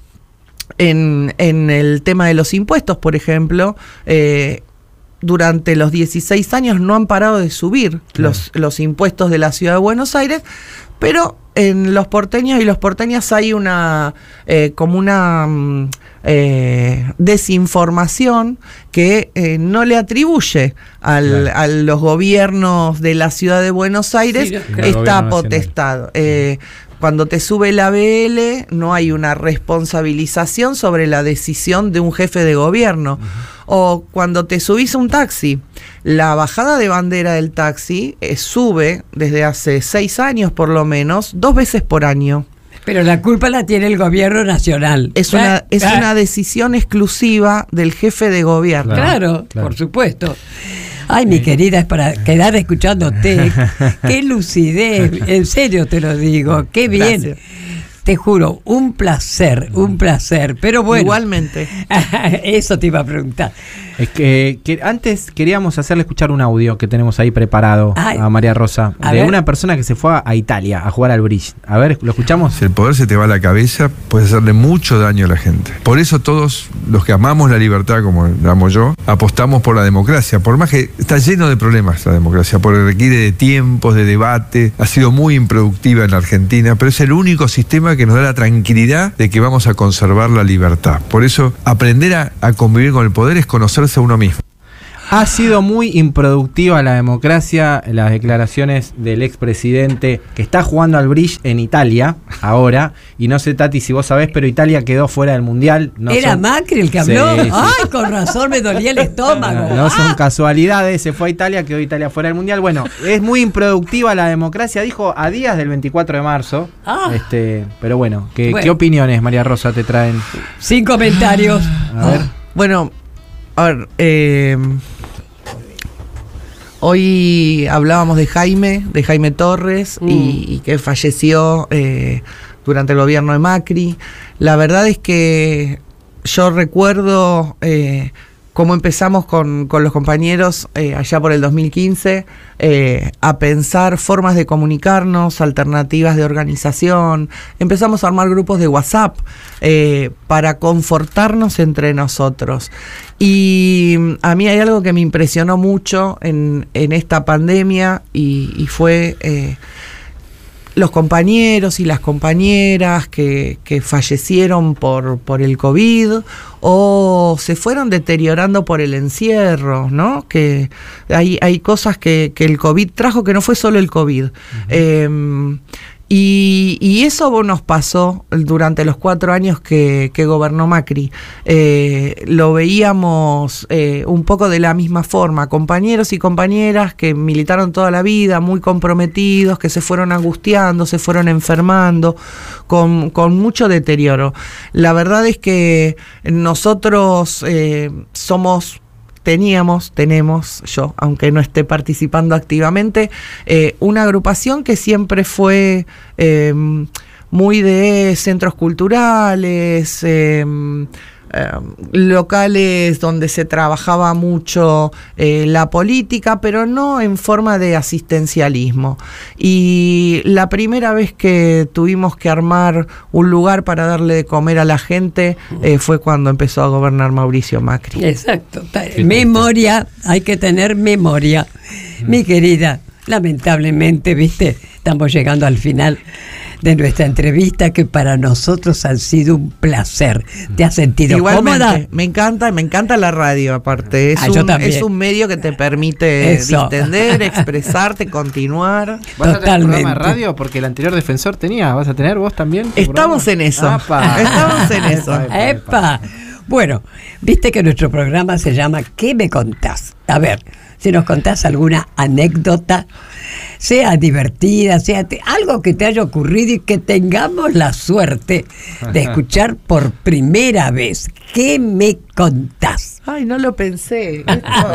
en, en el tema de los impuestos, por ejemplo. Eh, durante los dieciséis años no han parado de subir claro. los, los impuestos de la ciudad de Buenos Aires, pero en los porteños y los porteñas hay una eh, como una eh, desinformación que eh, no le atribuye al, claro. a los gobiernos de la ciudad de Buenos Aires sí, no, esta potestad. Eh, Cuando te sube la B L, no hay una responsabilización sobre la decisión de un jefe de gobierno. Uh-huh. O cuando te subís a un taxi, la bajada de bandera del taxi eh, sube desde hace seis años por lo menos, dos veces por año. Pero la culpa la tiene el gobierno nacional. Es una, es una decisión exclusiva del jefe de gobierno. Claro, claro, claro. Por supuesto. Ay, mi querida, es para quedar escuchándote. Qué lucidez, en serio te lo digo, qué bien. Gracias. Te juro, un placer, un placer. Pero bueno. Igualmente. Eso te iba a preguntar. Es que, que antes queríamos hacerle escuchar un audio que tenemos ahí preparado. Ay, a María Rosa, a de ver. Una persona que se fue a, a Italia a jugar al bridge. A ver, ¿lo escuchamos? Si el poder se te va a la cabeza, puede hacerle mucho daño a la gente. Por eso todos los que amamos la libertad, como la amo yo, apostamos por la democracia. Por más que está lleno de problemas la democracia, porque requiere de tiempos, de debate, ha sido muy improductiva en la Argentina, pero es el único sistema que nos da la tranquilidad de que vamos a conservar la libertad. Por eso, aprender a, a convivir con el poder es conocerse a uno mismo. Ha sido muy improductiva la democracia, las declaraciones del expresidente que está jugando al bridge en Italia ahora, y no sé, Tati, si vos sabés, pero Italia quedó fuera del Mundial. No ¿Era son... Macri el que habló? Sí, sí. Ay, con razón me dolía el estómago. No, no son casualidades, se fue a Italia, quedó Italia fuera del Mundial. Bueno, es muy improductiva la democracia, dijo a días del veinticuatro de marzo. Ah. Este, pero bueno, ¿qué, bueno. ¿qué opiniones, María Rosa, te traen? Sin comentarios. A ver. Bueno, a ver, eh... hoy hablábamos de Jaime, de Jaime Torres, mm. y, y que falleció eh, durante el gobierno de Macri. La verdad es que yo recuerdo eh, cómo empezamos con, con los compañeros eh, allá por el dos mil quince eh, a pensar formas de comunicarnos, alternativas de organización. Empezamos a armar grupos de WhatsApp eh, para confortarnos entre nosotros. Y a mí hay algo que me impresionó mucho en, en esta pandemia y, y fue eh, los compañeros y las compañeras que, que fallecieron por, por el COVID o se fueron deteriorando por el encierro, ¿no? Que hay, hay cosas que, que el COVID trajo, que no fue solo el COVID. Uh-huh. Eh, Y, y eso nos pasó durante los cuatro años que, que gobernó Macri. Eh, lo veíamos eh, un poco de la misma forma, compañeros y compañeras que militaron toda la vida, muy comprometidos, que se fueron angustiando, se fueron enfermando, con, con mucho deterioro. La verdad es que nosotros eh, somos... Teníamos, tenemos, yo, aunque no esté participando activamente, eh, una agrupación que siempre fue eh, muy de centros culturales, eh, eh, locales donde se trabajaba mucho eh, la política, pero no en forma de asistencialismo. Y la primera vez que tuvimos que armar un lugar para darle de comer a la gente eh, fue cuando empezó a gobernar Mauricio Macri. Exacto. Memoria, hay que tener memoria. Mi querida, lamentablemente, viste, estamos llegando al final de nuestra entrevista, que para nosotros ha sido un placer. ¿Te has sentido Igualmente, cómoda? Me encanta, me encanta la radio, aparte. Es, ah, un, es un medio que te permite Eso. distender, expresarte, continuar. ¿Vas Totalmente. a tener un programa de radio? Porque el anterior defensor tenía. ¿Vas a tener vos también? Estamos en eso. Apa. Estamos en eso. Epa, epa. Bueno, viste que nuestro programa se llama ¿Qué me contás? A ver, si nos contás alguna anécdota, sea divertida, sea te, algo que te haya ocurrido y que tengamos la suerte de escuchar por primera vez. ¿Qué me contás? Ay, no lo pensé.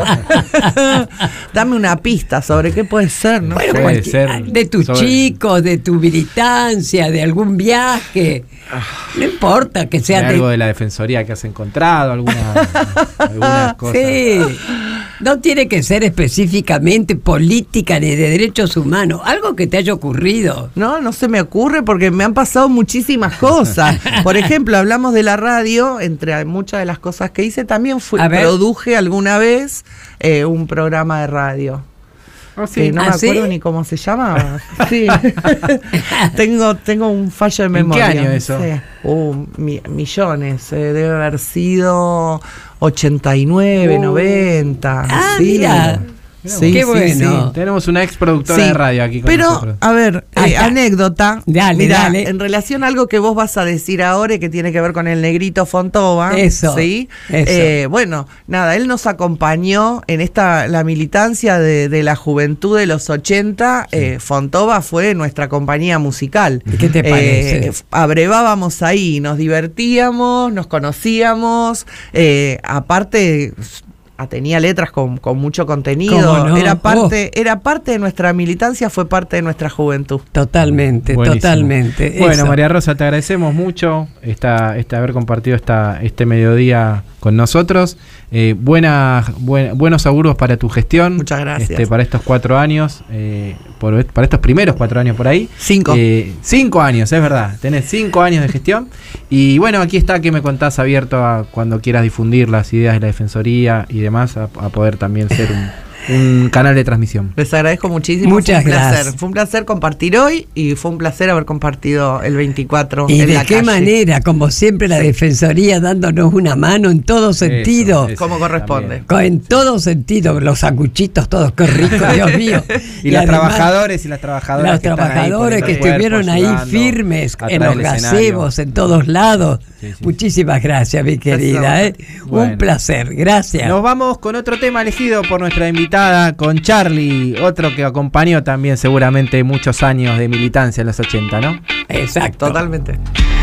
Dame una pista sobre qué puede ser, ¿no? Bueno, puede ser de tu sobre... chico, de tu militancia, de algún viaje. No importa que sea de de algo de la defensoría que has encontrado, alguna, algunas cosas. Sí. No tiene que ser específicamente política ni de derechos humanos, algo que te haya ocurrido. No, no se me ocurre porque me han pasado muchísimas cosas. Por ejemplo, hablamos de la radio, entre muchas de las cosas que hice, también fui, produje alguna vez eh, un programa de radio. Oh, sí. Que no ¿Ah, me acuerdo ¿sí? ni cómo se llamaba. Sí. tengo, tengo un fallo de memoria. ¿En qué año eso? Sí. Uh, mi, millones. Eh, debe haber sido ochenta y nueve, uh. noventa. Ah, sí. mira. Sí, Qué sí, bueno. sí. Tenemos una ex productora Sí, de radio aquí con pero, nosotros. a ver, Ahí eh, está. anécdota. Dale, Mirá, dale. en relación a algo que vos vas a decir ahora y que tiene que ver con el negrito Fontova. Eso, ¿sí? eso. Eh, bueno, nada, él nos acompañó en esta la militancia de, de la juventud de los ochenta. Eh, Fontova fue nuestra compañía musical. ¿Qué te parece? Eh, abrevábamos ahí, nos divertíamos, nos conocíamos. Eh, aparte. Tenía letras con, con mucho contenido. ¿Cómo no? Era parte, oh. era parte de nuestra militancia, fue parte de nuestra juventud. Totalmente, Buenísimo. totalmente. Bueno, Eso. María Rosa, te agradecemos mucho esta, este haber compartido esta, este mediodía con nosotros. Eh, buena, buen, buenos auguros para tu gestión. Muchas gracias. Este, para estos cuatro años, eh, por, para estos primeros cuatro años por ahí. Cinco. Eh, cinco años, es verdad. Tenés cinco años de gestión. Y bueno, aquí está, que me contás, abierto a cuando quieras difundir las ideas de la Defensoría y demás, a, a poder también ser un, un canal de transmisión. Les agradezco muchísimo. Muchas fue un placer. gracias. Fue un placer compartir hoy y fue un placer haber compartido el veinticuatro ¿Y en de la qué calle. manera? Como siempre, la Defensoría dándonos una mano en todo sentido. Eso, eso Como corresponde. también. Co- En todo sentido, los sanguchitos todos, qué rico, Dios mío. Y, los además, trabajadores y las trabajadoras los que están ahí trabajadores que poniendo estuvieron cuerpo, ahí ayudando firmes atrás en los del escenario. gazebos, en todos lados. Sí, sí. Muchísimas gracias, mi querida. ¿eh? Bueno. Un placer, gracias. Nos vamos con otro tema elegido por nuestra invitada, con Charlie, otro que acompañó también seguramente muchos años de militancia en los ochenta, ¿no? Exacto. Totalmente.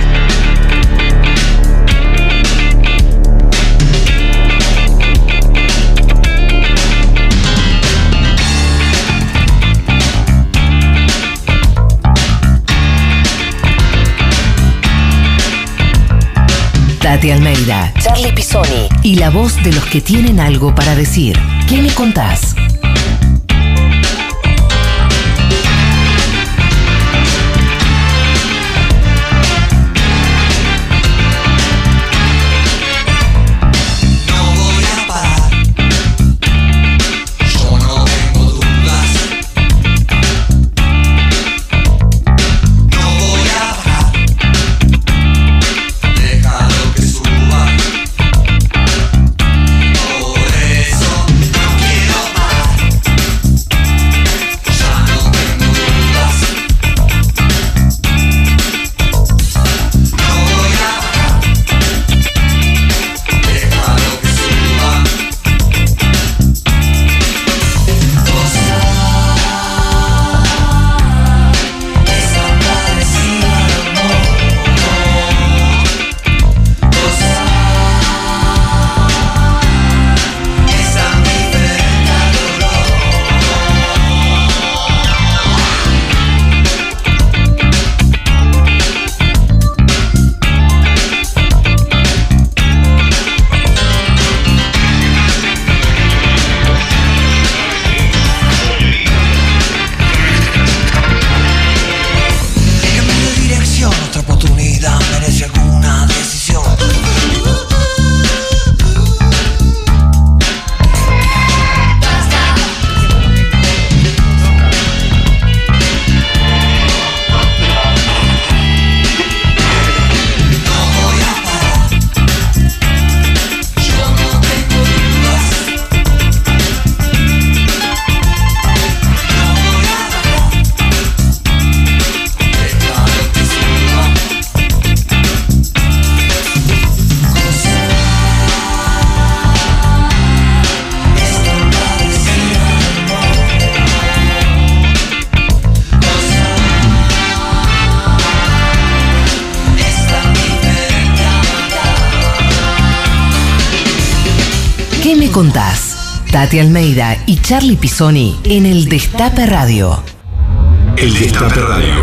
Tati Almeida, Charlie Pisoni y la voz de los que tienen algo para decir. ¿Qué me contás? ¿Qué me contás? Tati Almeida y Charlie Pisoni en el Destape Radio. El Destape Radio.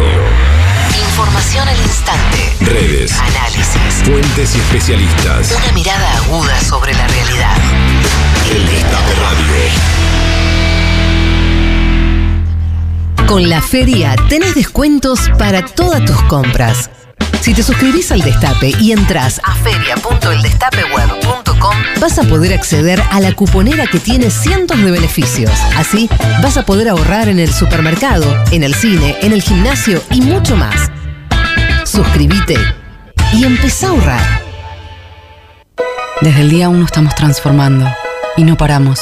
Información al instante. Redes. Análisis. Fuentes y especialistas. Una mirada aguda sobre la realidad. El Destape Radio. Con la feria tenés descuentos para todas tus compras. Si te suscribís al Destape y entras a feria punto el destape web punto com, vas a poder acceder a la cuponera que tiene cientos de beneficios. Así, vas a poder ahorrar en el supermercado, en el cine, en el gimnasio y mucho más. Suscríbete y empezá a ahorrar. Desde el día uno estamos transformando y no paramos.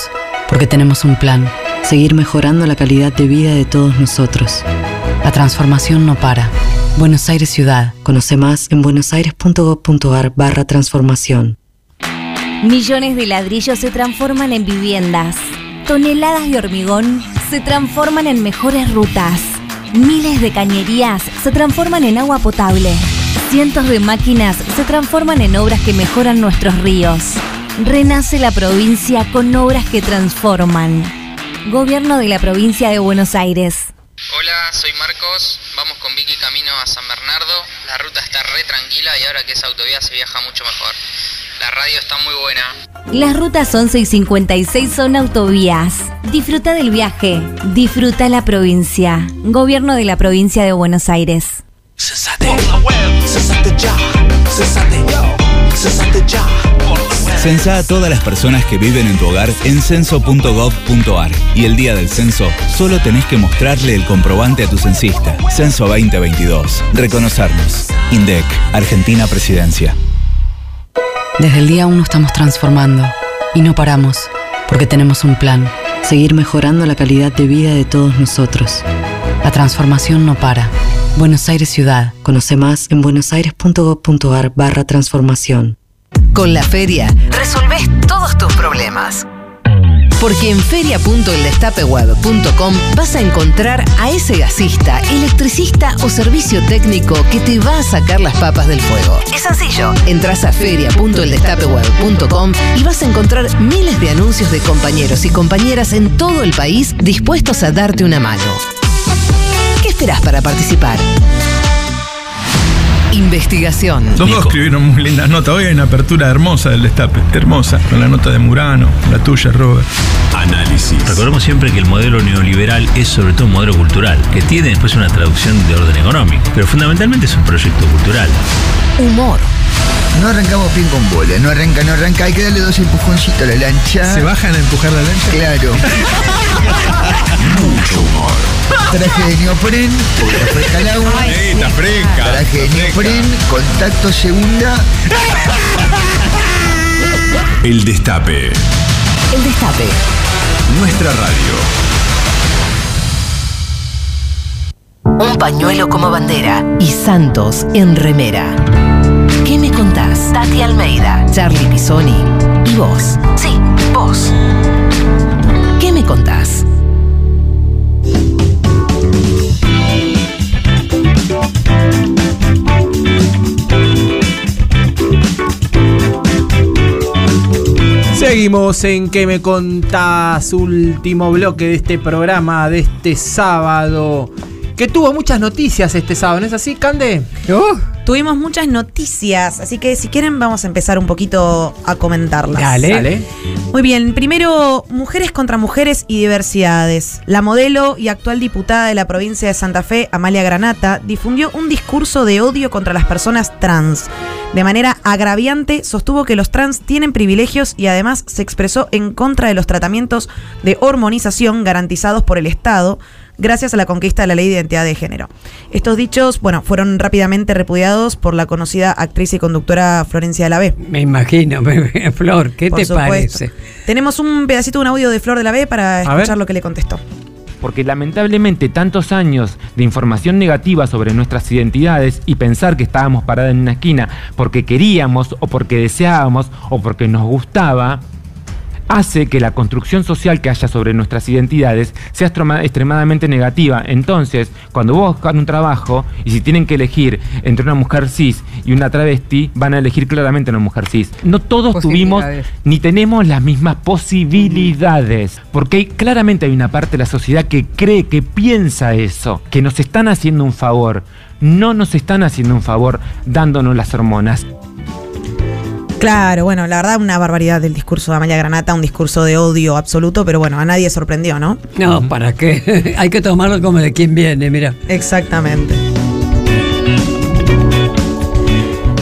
porque tenemos un plan, seguir mejorando la calidad de vida de todos nosotros. La transformación no para. Buenos Aires Ciudad. Conoce más en buenosaires.gov.ar barra transformación. Millones de ladrillos se transforman en viviendas. Toneladas de hormigón se transforman en mejores rutas. Miles de cañerías se transforman en agua potable. Cientos de máquinas se transforman en obras que mejoran nuestros ríos. Renace la provincia con obras que transforman. Gobierno de la provincia de Buenos Aires. Hola, soy Marcos. Vamos con Vicky camino a San Bernardo. La ruta está re tranquila y ahora que es autovía se viaja mucho mejor. La radio está muy buena. Las rutas once y cincuenta y seis son autovías. Disfruta del viaje. Disfruta la provincia. Gobierno de la provincia de Buenos Aires. Cesate. Cesate ya. Cesate yo. Cesate ya. Censa a todas las personas que viven en tu hogar en censo punto gov punto ar y el día del censo solo tenés que mostrarle el comprobante a tu censista. Censo veinte veintidós. Reconocernos. INDEC, Argentina Presidencia. Desde el día uno estamos transformando y no paramos, porque tenemos un plan, seguir mejorando la calidad de vida de todos nosotros. La transformación no para. Buenos Aires Ciudad. Conoce más en buenosaires.gov.ar barra transformación. Con la feria resolvés todos tus problemas. Porque en feria punto el destape web punto com vas a encontrar a ese gasista, electricista o servicio técnico que te va a sacar las papas del fuego. Es sencillo. Entrás a feria punto el destape web punto com y vas a encontrar miles de anuncios de compañeros y compañeras en todo el país dispuestos a darte una mano. ¿Qué esperás para participar? Investigación. Los dos escribieron muy lindas notas. Hoy hay una apertura hermosa del Destape. Hermosa. Con la nota de Murano, la tuya, Robert. Análisis. Recordemos siempre que el modelo neoliberal es sobre todo un modelo cultural, que tiene después una traducción de orden económico, pero fundamentalmente es un proyecto cultural. Humor. No arrancamos bien con bola, no arranca, no arranca, hay que darle dos empujoncitos a la lancha. ¿Se bajan a empujar la lancha? Claro. Mucho humor. Traje de neopren, porque fresca el agua. Ay, está fresca. Traje de neopren, contacto segunda. El Destape. El Destape. Nuestra radio. Un pañuelo como bandera y Santos en remera. ¿Qué me contás? Tati Almeida, Charlie Pisoni y vos. Sí, vos. ¿Qué me contás? Seguimos en ¿Qué me contás? Último bloque de este programa de este sábado, que tuvo muchas noticias este sábado, ¿no es así, Cande? Uh, tuvimos muchas noticias, así que si quieren vamos a empezar un poquito a comentarlas. Dale. Dale. Muy bien, primero, mujeres contra mujeres y diversidades. La modelo y actual diputada de la provincia de Santa Fe, Amalia Granata, difundió un discurso de odio contra las personas trans. De manera agraviante, sostuvo que los trans tienen privilegios y además se expresó en contra de los tratamientos de hormonización garantizados por el Estado, gracias a la conquista de la ley de identidad de género. Estos dichos, bueno, fueron rápidamente repudiados por la conocida actriz y conductora Florencia de la B. Me imagino, Flor, ¿qué Por te supuesto. parece? Tenemos un pedacito de un audio de Flor de la B para escuchar lo que le contestó. Porque lamentablemente tantos años de información negativa sobre nuestras identidades y pensar que estábamos paradas en una esquina porque queríamos o porque deseábamos o porque nos gustaba, hace que la construcción social que haya sobre nuestras identidades sea extremadamente negativa. Entonces, cuando vos buscas un trabajo y si tienen que elegir entre una mujer cis y una travesti, van a elegir claramente una mujer cis. No todos tuvimos ni tenemos las mismas posibilidades, porque hay, claramente hay una parte de la sociedad que cree, que piensa eso, que nos están haciendo un favor. No nos están haciendo un favor dándonos las hormonas. Claro, bueno, la verdad una barbaridad del discurso de Amalia Granata, un discurso de odio absoluto, pero bueno, a nadie sorprendió, ¿no? No, ¿para qué? Hay que tomarlo como de quien viene, mira. Exactamente.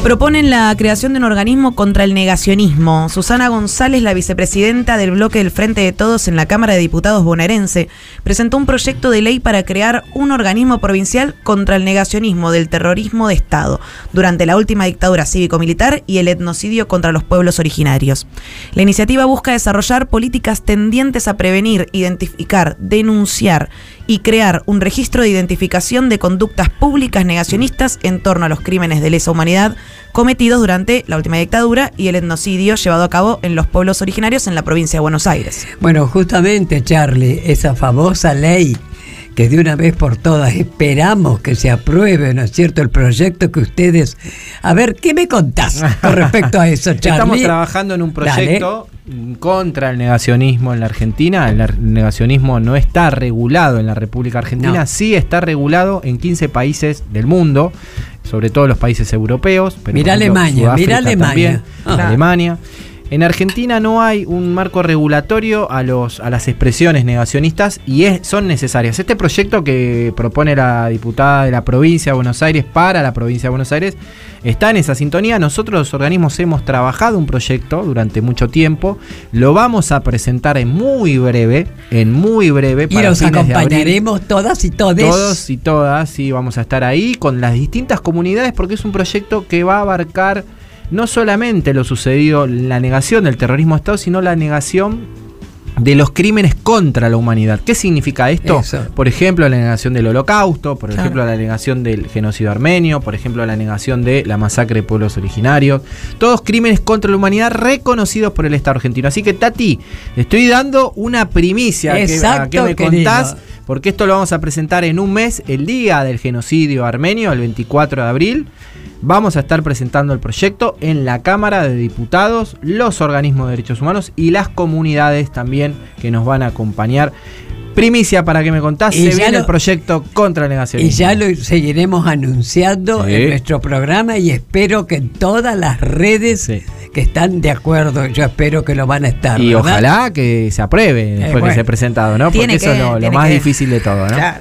Proponen la creación de un organismo contra el negacionismo. Susana González, la vicepresidenta del bloque del Frente de Todos en la Cámara de Diputados bonaerense, presentó un proyecto de ley para crear un organismo provincial contra el negacionismo del terrorismo de Estado durante la última dictadura cívico-militar y el etnocidio contra los pueblos originarios. La iniciativa busca desarrollar políticas tendientes a prevenir, identificar, denunciar y crear un registro de identificación de conductas públicas negacionistas en torno a los crímenes de lesa humanidad cometidos durante la última dictadura y el etnocidio llevado a cabo en los pueblos originarios en la provincia de Buenos Aires. Bueno, justamente, Charlie, esa famosa ley que de una vez por todas esperamos que se apruebe, ¿no es cierto?, el proyecto que ustedes... A ver, ¿qué me contás con respecto a eso, Charlie? Estamos trabajando en un proyecto Dale. contra el negacionismo en la Argentina. El negacionismo no está regulado en la República Argentina, no. Sí está regulado en quince países del mundo, sobre todo los países europeos. Pero mirá Alemania, mirá Alemania. Ah. Alemania. En Argentina no hay un marco regulatorio a los a las expresiones negacionistas y es, son necesarias. Este proyecto que propone la diputada de la provincia de Buenos Aires para la provincia de Buenos Aires está en esa sintonía. Nosotros los organismos hemos trabajado un proyecto durante mucho tiempo. Lo vamos a presentar en muy breve, en muy breve. Y para los acompañaremos todas y todes. Todos y todas, sí, vamos a estar ahí con las distintas comunidades porque es un proyecto que va a abarcar no solamente lo sucedido, la negación del terrorismo de Estado, sino la negación de los crímenes contra la humanidad. ¿Qué significa esto? Eso. Por ejemplo, la negación del Holocausto, por claro. ejemplo, la negación del genocidio armenio, por ejemplo, la negación de la masacre de pueblos originarios. Todos crímenes contra la humanidad reconocidos por el Estado argentino. Así que, Tati, le estoy dando una primicia. Exacto, a que me querido. contás, porque esto lo vamos a presentar en un mes, el día del genocidio armenio, el veinticuatro de abril. Vamos a estar presentando el proyecto en la Cámara de Diputados, los organismos de derechos humanos y las comunidades también que nos van a acompañar. Primicia para que me contás, se viene lo, el proyecto contra el negacionismo. Y ya lo seguiremos anunciando sí. en nuestro programa y espero que en todas las redes sí. que están de acuerdo, yo espero que lo van a estar. Y ¿verdad? Ojalá que se apruebe después eh, bueno, que se ha presentado, ¿no? Porque que, eso es lo, lo más que... difícil de todo, ¿no? Claro.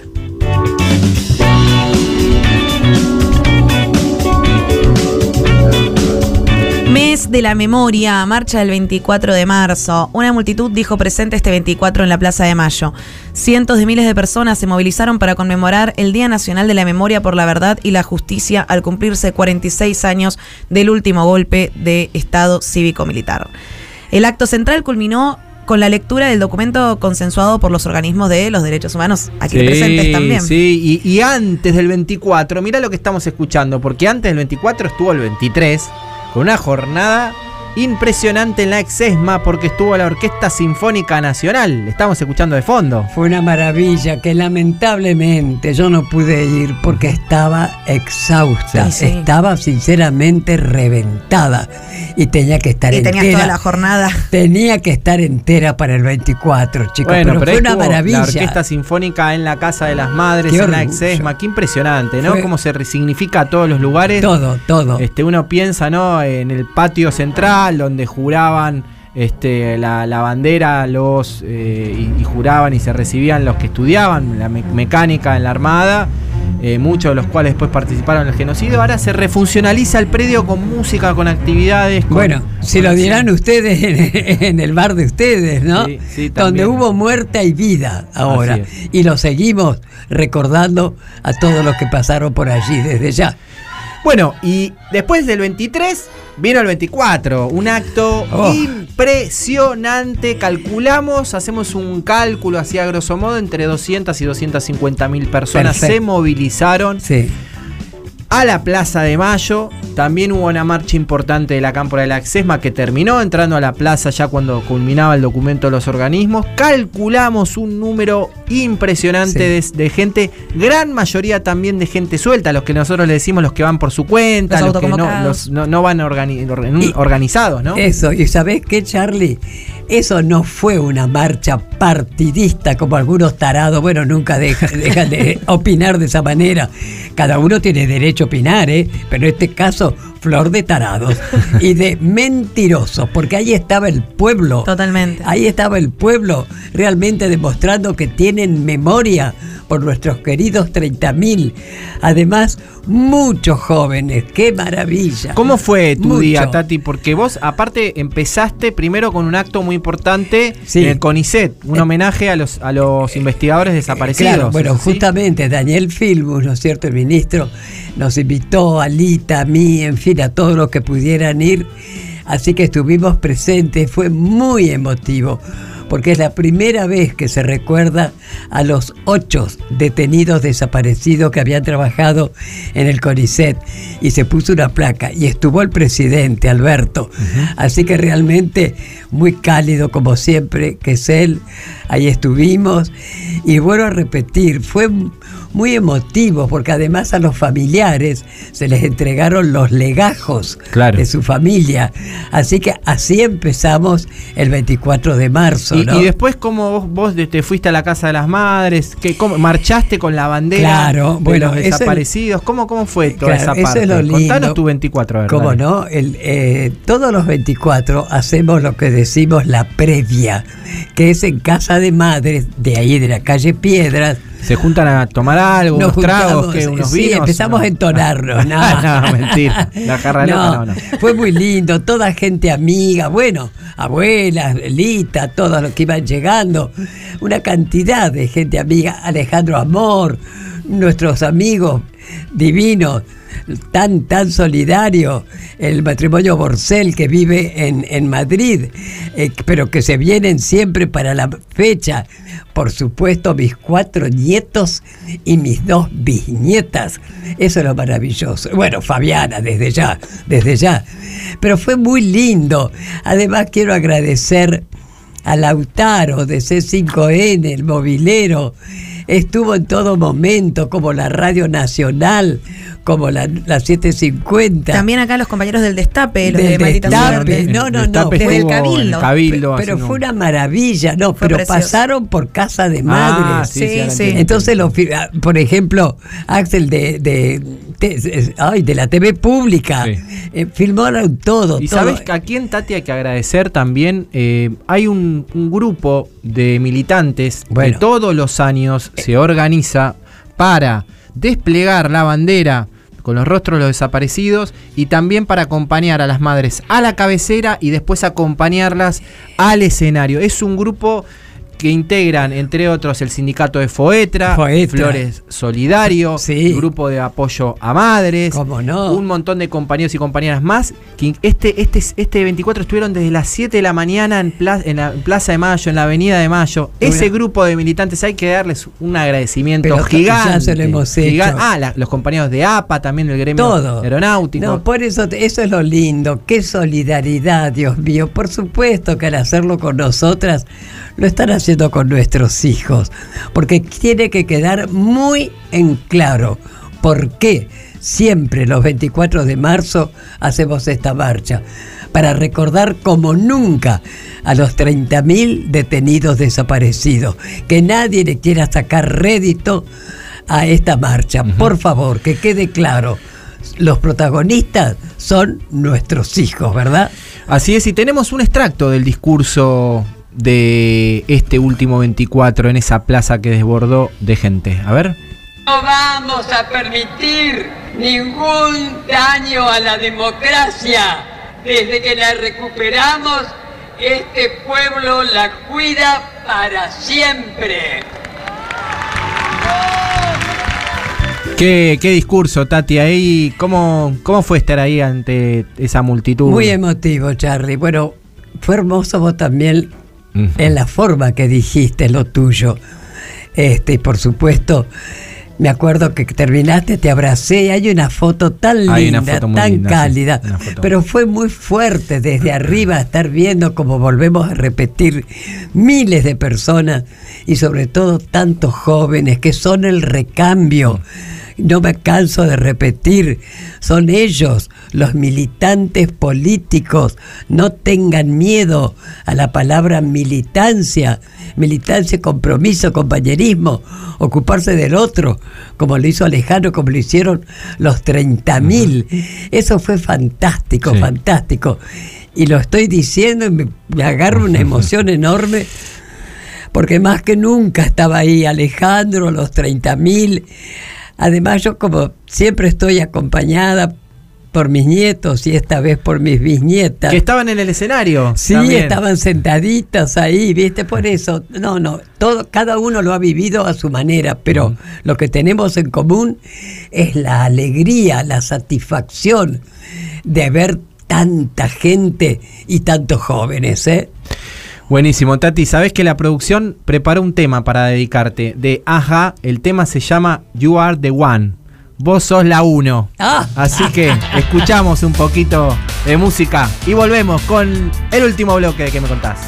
Mes de la Memoria, marcha del veinticuatro de marzo. Una multitud dijo presente este veinticuatro en la Plaza de Mayo. Cientos de miles de personas se movilizaron para conmemorar el Día Nacional de la Memoria por la Verdad y la Justicia al cumplirse cuarenta y seis años del último golpe de Estado cívico-militar. El acto central culminó con la lectura del documento consensuado por los organismos de los derechos humanos aquí sí, presentes también. Sí, y, y antes del veinticuatro, mirá lo que estamos escuchando, porque antes del veinticuatro estuvo el veintitrés, con una jornada impresionante en la Exesma porque estuvo la Orquesta Sinfónica Nacional. Estamos escuchando de fondo. Fue una maravilla que lamentablemente yo no pude ir porque estaba exhausta. Sí, sí. Estaba sinceramente reventada y tenía que estar y entera. Y tenías toda la jornada. Tenía que estar entera para el veinticuatro, chicos. Bueno, pero, pero fue una maravilla. La Orquesta Sinfónica en la Casa de las Madres, qué en la Exesma. Qué impresionante, ¿no? Fue... Cómo se resignifica a todos los lugares. Todo, todo. Este, uno piensa, ¿no? En el patio central, donde juraban este, la, la bandera los eh, y, y juraban y se recibían los que estudiaban la me mecánica en la Armada, eh, muchos de los cuales después participaron en el genocidio. Ahora se refuncionaliza el predio con música, con actividades. Con, bueno, si lo dirán ustedes en, en el bar de ustedes, ¿no? Sí, sí, donde hubo muerte y vida ahora. Y lo seguimos recordando a todos los que pasaron por allí desde ya. Bueno, y después del veintitrés vino el veinticuatro, un acto oh. impresionante. Calculamos, hacemos un cálculo así a grosso modo, entre doscientas y doscientas cincuenta mil personas Perfecto. se movilizaron sí. a la Plaza de Mayo. También hubo una marcha importante de la Cámpora de la Exesma que terminó entrando a la plaza ya cuando culminaba el documento de los organismos. Calculamos un número impresionante sí. de, de gente, gran mayoría también de gente suelta, los que nosotros le decimos los que van por su cuenta, los, los que no, los, no, no van organi y, organizados, ¿no? Eso, y ¿sabés qué, Charlie? Eso no fue una marcha partidista como algunos tarados, bueno, nunca dejan, dejan de opinar de esa manera. Cada uno tiene derecho a opinar, ¿eh? Pero en este caso, flor de tarados y de mentirosos, porque ahí estaba el pueblo. Totalmente. Ahí estaba el pueblo realmente demostrando que tiene tienen memoria por nuestros queridos treinta mil. Además, muchos jóvenes, qué maravilla. ¿Cómo fue tu Mucho. día, Tati? Porque vos, aparte, empezaste primero con un acto muy importante Sí. en el CONICET, un Eh, homenaje a los, a los investigadores desaparecidos. Claro, bueno, ¿sí? justamente Daniel Filmus, ¿no es cierto? El ministro nos invitó a Lita, a mí, en fin, a todos los que pudieran ir. Así que estuvimos presentes, fue muy emotivo, porque es la primera vez que se recuerda a los ocho detenidos desaparecidos que habían trabajado en el CONICET, y se puso una placa y estuvo el presidente Alberto. Uh-huh. Así que realmente muy cálido como siempre, que es él. Ahí estuvimos y vuelvo a repetir, fue muy emotivo, porque además a los familiares se les entregaron los legajos claro. de su familia. Así que así empezamos el veinticuatro de marzo. Y, ¿no? y después, ¿cómo vos, vos te fuiste a la Casa de las Madres? ¿Qué, cómo, ¿Marchaste con la bandera claro, de bueno, los desaparecidos? Es, ¿Cómo, ¿Cómo fue toda claro, esa parte? Eso es lo lindo. Contanos tu veinticuatro, a ver. ¿Cómo dale. no? El, eh, todos los veinticuatro hacemos lo que decimos la previa, que es en Casa de Madres, de ahí de la calle Piedras. ¿Se juntan a tomar algo, Nos unos tragos, juntamos, ¿qué, unos sí, vinos? empezamos no. a entonarnos. No, no, mentira. La jarra no, loca, no, no. Fue muy lindo, toda gente amiga, bueno, abuelas, Lita, todos los que iban llegando, una cantidad de gente amiga, Alejandro Amor, nuestros amigos divinos, tan, tan solidario, el matrimonio Borcel que vive en, en Madrid, eh, pero que se vienen siempre para la fecha. Por supuesto, mis cuatro nietos y mis dos bisnietas. Eso es lo maravilloso. Bueno, Fabiana, desde ya, desde ya. Pero fue muy lindo. Además, quiero agradecer a Lautaro de C cinco N, el movilero. Estuvo en todo momento, como la Radio Nacional, como la, la setecientos cincuenta. También acá los compañeros del Destape, los del de Maldita Destape, Suerte. no, no, no, Destape desde el estuvo en Cabildo. Cabildo Pero haciendo fue un- una maravilla, no, Fue pero precioso. pasaron por Casa de Ah, Madres. sí, sí, ahora sí. entiendo. Entonces, lo, fi- ah, por ejemplo, Axel de, de, de- ay, de la T V pública, Sí. eh, filmaron todo. Y todo. sabes a quién, Tati, hay que agradecer también. Eh, hay un, un grupo de militantes Bueno. que todos los años se organiza para desplegar la bandera con los rostros de los desaparecidos y también para acompañar a las madres a la cabecera y después acompañarlas al escenario. Es un grupo que integran, entre otros, el sindicato de Foetra, Foetra. Flores Solidario, Sí. grupo de apoyo a madres, ¿Cómo no? un montón de compañeros y compañeras más. Que este, este, este veinticuatro estuvieron desde las siete de la mañana en, pla- en la Plaza de Mayo, en la Avenida de Mayo. Ese Una- grupo de militantes hay que darles un agradecimiento Pero gigante. ya se lo hemos hecho. gigante. Ah, la- los compañeros de A P A, también del gremio Todo. aeronáutico. No, por eso, eso es lo lindo. Qué solidaridad, Dios mío. Por supuesto que al hacerlo con nosotras, lo están haciendo con nuestros hijos. Porque tiene que quedar muy en claro por qué siempre los veinticuatro de marzo hacemos esta marcha. Para recordar como nunca a los treinta mil detenidos desaparecidos. Que nadie le quiera sacar rédito a esta marcha. Uh-huh. Por favor, que quede claro. Los protagonistas son nuestros hijos, ¿verdad? Así es, y tenemos un extracto del discurso de este último veinticuatro en esa plaza que desbordó de gente. A ver. No vamos a permitir ningún daño a la democracia. Desde que la recuperamos, este pueblo la cuida para siempre. ¿Qué, qué discurso, Tati, ahí? ¿Cómo, ¿Cómo fue estar ahí ante esa multitud? Muy emotivo, Charlie. Bueno, fue hermoso vos también uh-huh. en la forma que dijiste lo tuyo. Este, y por supuesto, me acuerdo que terminaste, te abracé, hay una foto tan linda, hay una foto muy tan linda, cálida, sí, foto. Pero fue muy fuerte desde arriba estar viendo, como volvemos a repetir, miles de personas y sobre todo tantos jóvenes que son el recambio. No me canso de repetir, son ellos, los militantes políticos. No tengan miedo a la palabra militancia. Militancia, compromiso, compañerismo, ocuparse del otro, como lo hizo Alejandro, como lo hicieron los treinta mil. Uh-huh. Eso fue fantástico, sí. fantástico. Y lo estoy diciendo y me, me agarro una emoción enorme. porque más que nunca estaba ahí Alejandro, los treinta mil. Además yo como siempre estoy acompañada por mis nietos y esta vez por mis bisnietas. Que estaban en el escenario. Sí, también. Estaban sentaditas ahí, ¿viste? Por eso, no, no, todo, cada uno lo ha vivido a su manera, pero mm. lo que tenemos en común es la alegría, la satisfacción de ver tanta gente y tantos jóvenes, ¿eh? Buenísimo, Tati. Sabés que la producción preparó un tema para dedicarte de Aja. El tema se llama You Are the One. Vos sos la uno. Ah. Así que escuchamos un poquito de música y volvemos con el último bloque de ¿Qué me contás?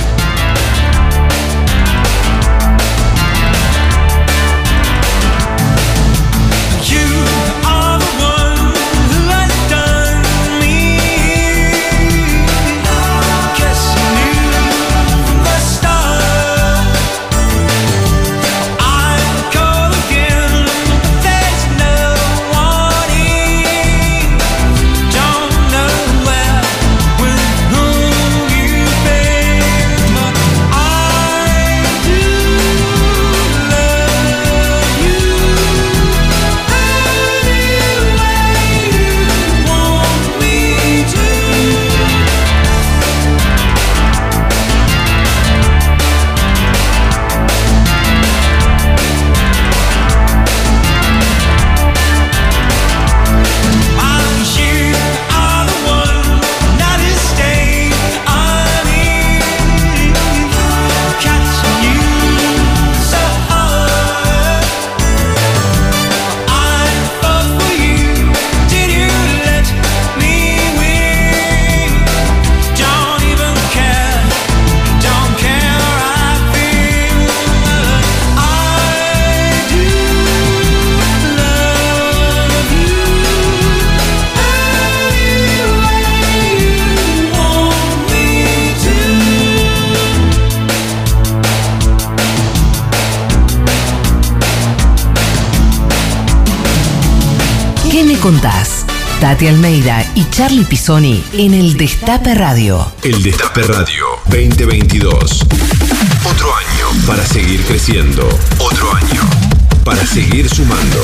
¿Qué me contás? Tati Almeida y Charlie Pisoni en el Destape Radio. El Destape Radio veinte veintidós. Otro año para seguir creciendo. Otro año para seguir sumando.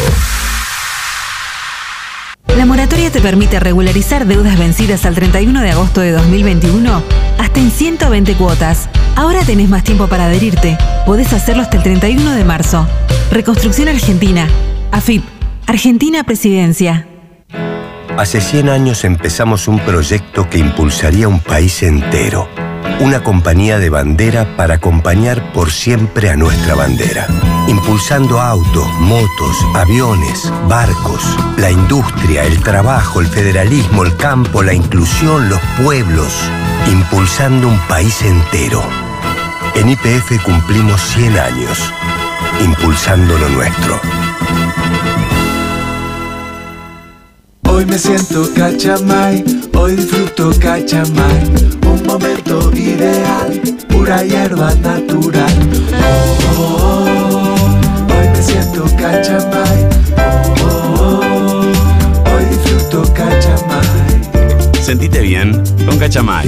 La moratoria te permite regularizar deudas vencidas al treinta y uno de agosto de dos mil veintiuno hasta en ciento veinte cuotas. Ahora tenés más tiempo para adherirte. Podés hacerlo hasta el treinta y uno de marzo. Reconstrucción Argentina. A F I P. Argentina Presidencia. Hace cien años empezamos un proyecto que impulsaría un país entero. Una compañía de bandera para acompañar por siempre a nuestra bandera. Impulsando autos, motos, aviones, barcos, la industria, el trabajo, el federalismo, el campo, la inclusión, los pueblos. Impulsando un país entero. En Y P F cumplimos cien años. Impulsando lo nuestro. Hoy me siento cachamay, hoy disfruto cachamay, un momento ideal, pura hierba natural. Oh, oh, oh, hoy me siento cachamay, oh, oh, oh, hoy disfruto cachamay. Sentite bien con Cachamay.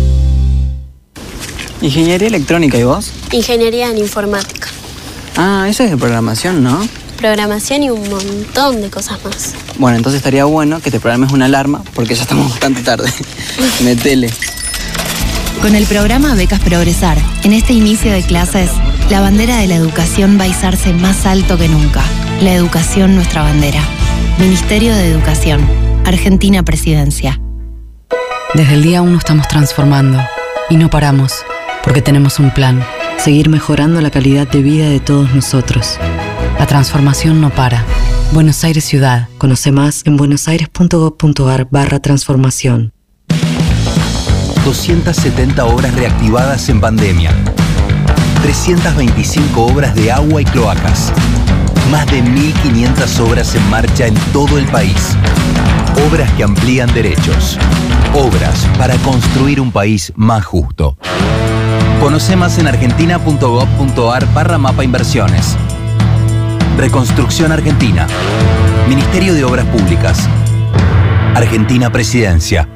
Ingeniería electrónica, ¿y vos? Ingeniería en informática. Ah, eso es de programación, ¿no? Programación y un montón de cosas más. Bueno, entonces estaría bueno que te programes una alarma porque ya estamos bastante tarde. Metele. Con el programa Becas Progresar, en este inicio de clases, la bandera de la educación va a izarse más alto que nunca. La educación, nuestra bandera. Ministerio de Educación. Argentina Presidencia. Desde el día uno estamos transformando y no paramos porque tenemos un plan. Seguir mejorando la calidad de vida de todos nosotros. La transformación no para. Buenos Aires Ciudad. Conoce más en buenosaires.gov.ar barra transformación. doscientas setenta obras reactivadas en pandemia. trescientas veinticinco obras de agua y cloacas. Más de mil quinientas obras en marcha en todo el país. Obras que amplían derechos. Obras para construir un país más justo. Conoce más en argentina.gov.ar barra mapa inversiones. Reconstrucción Argentina. Ministerio de Obras Públicas. Argentina Presidencia.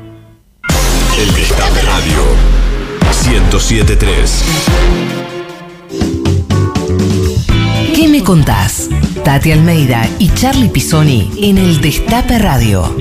El Destape Radio ciento siete punto tres. me contás? Tati Almeida y Charlie Pisoni en el Destape Radio.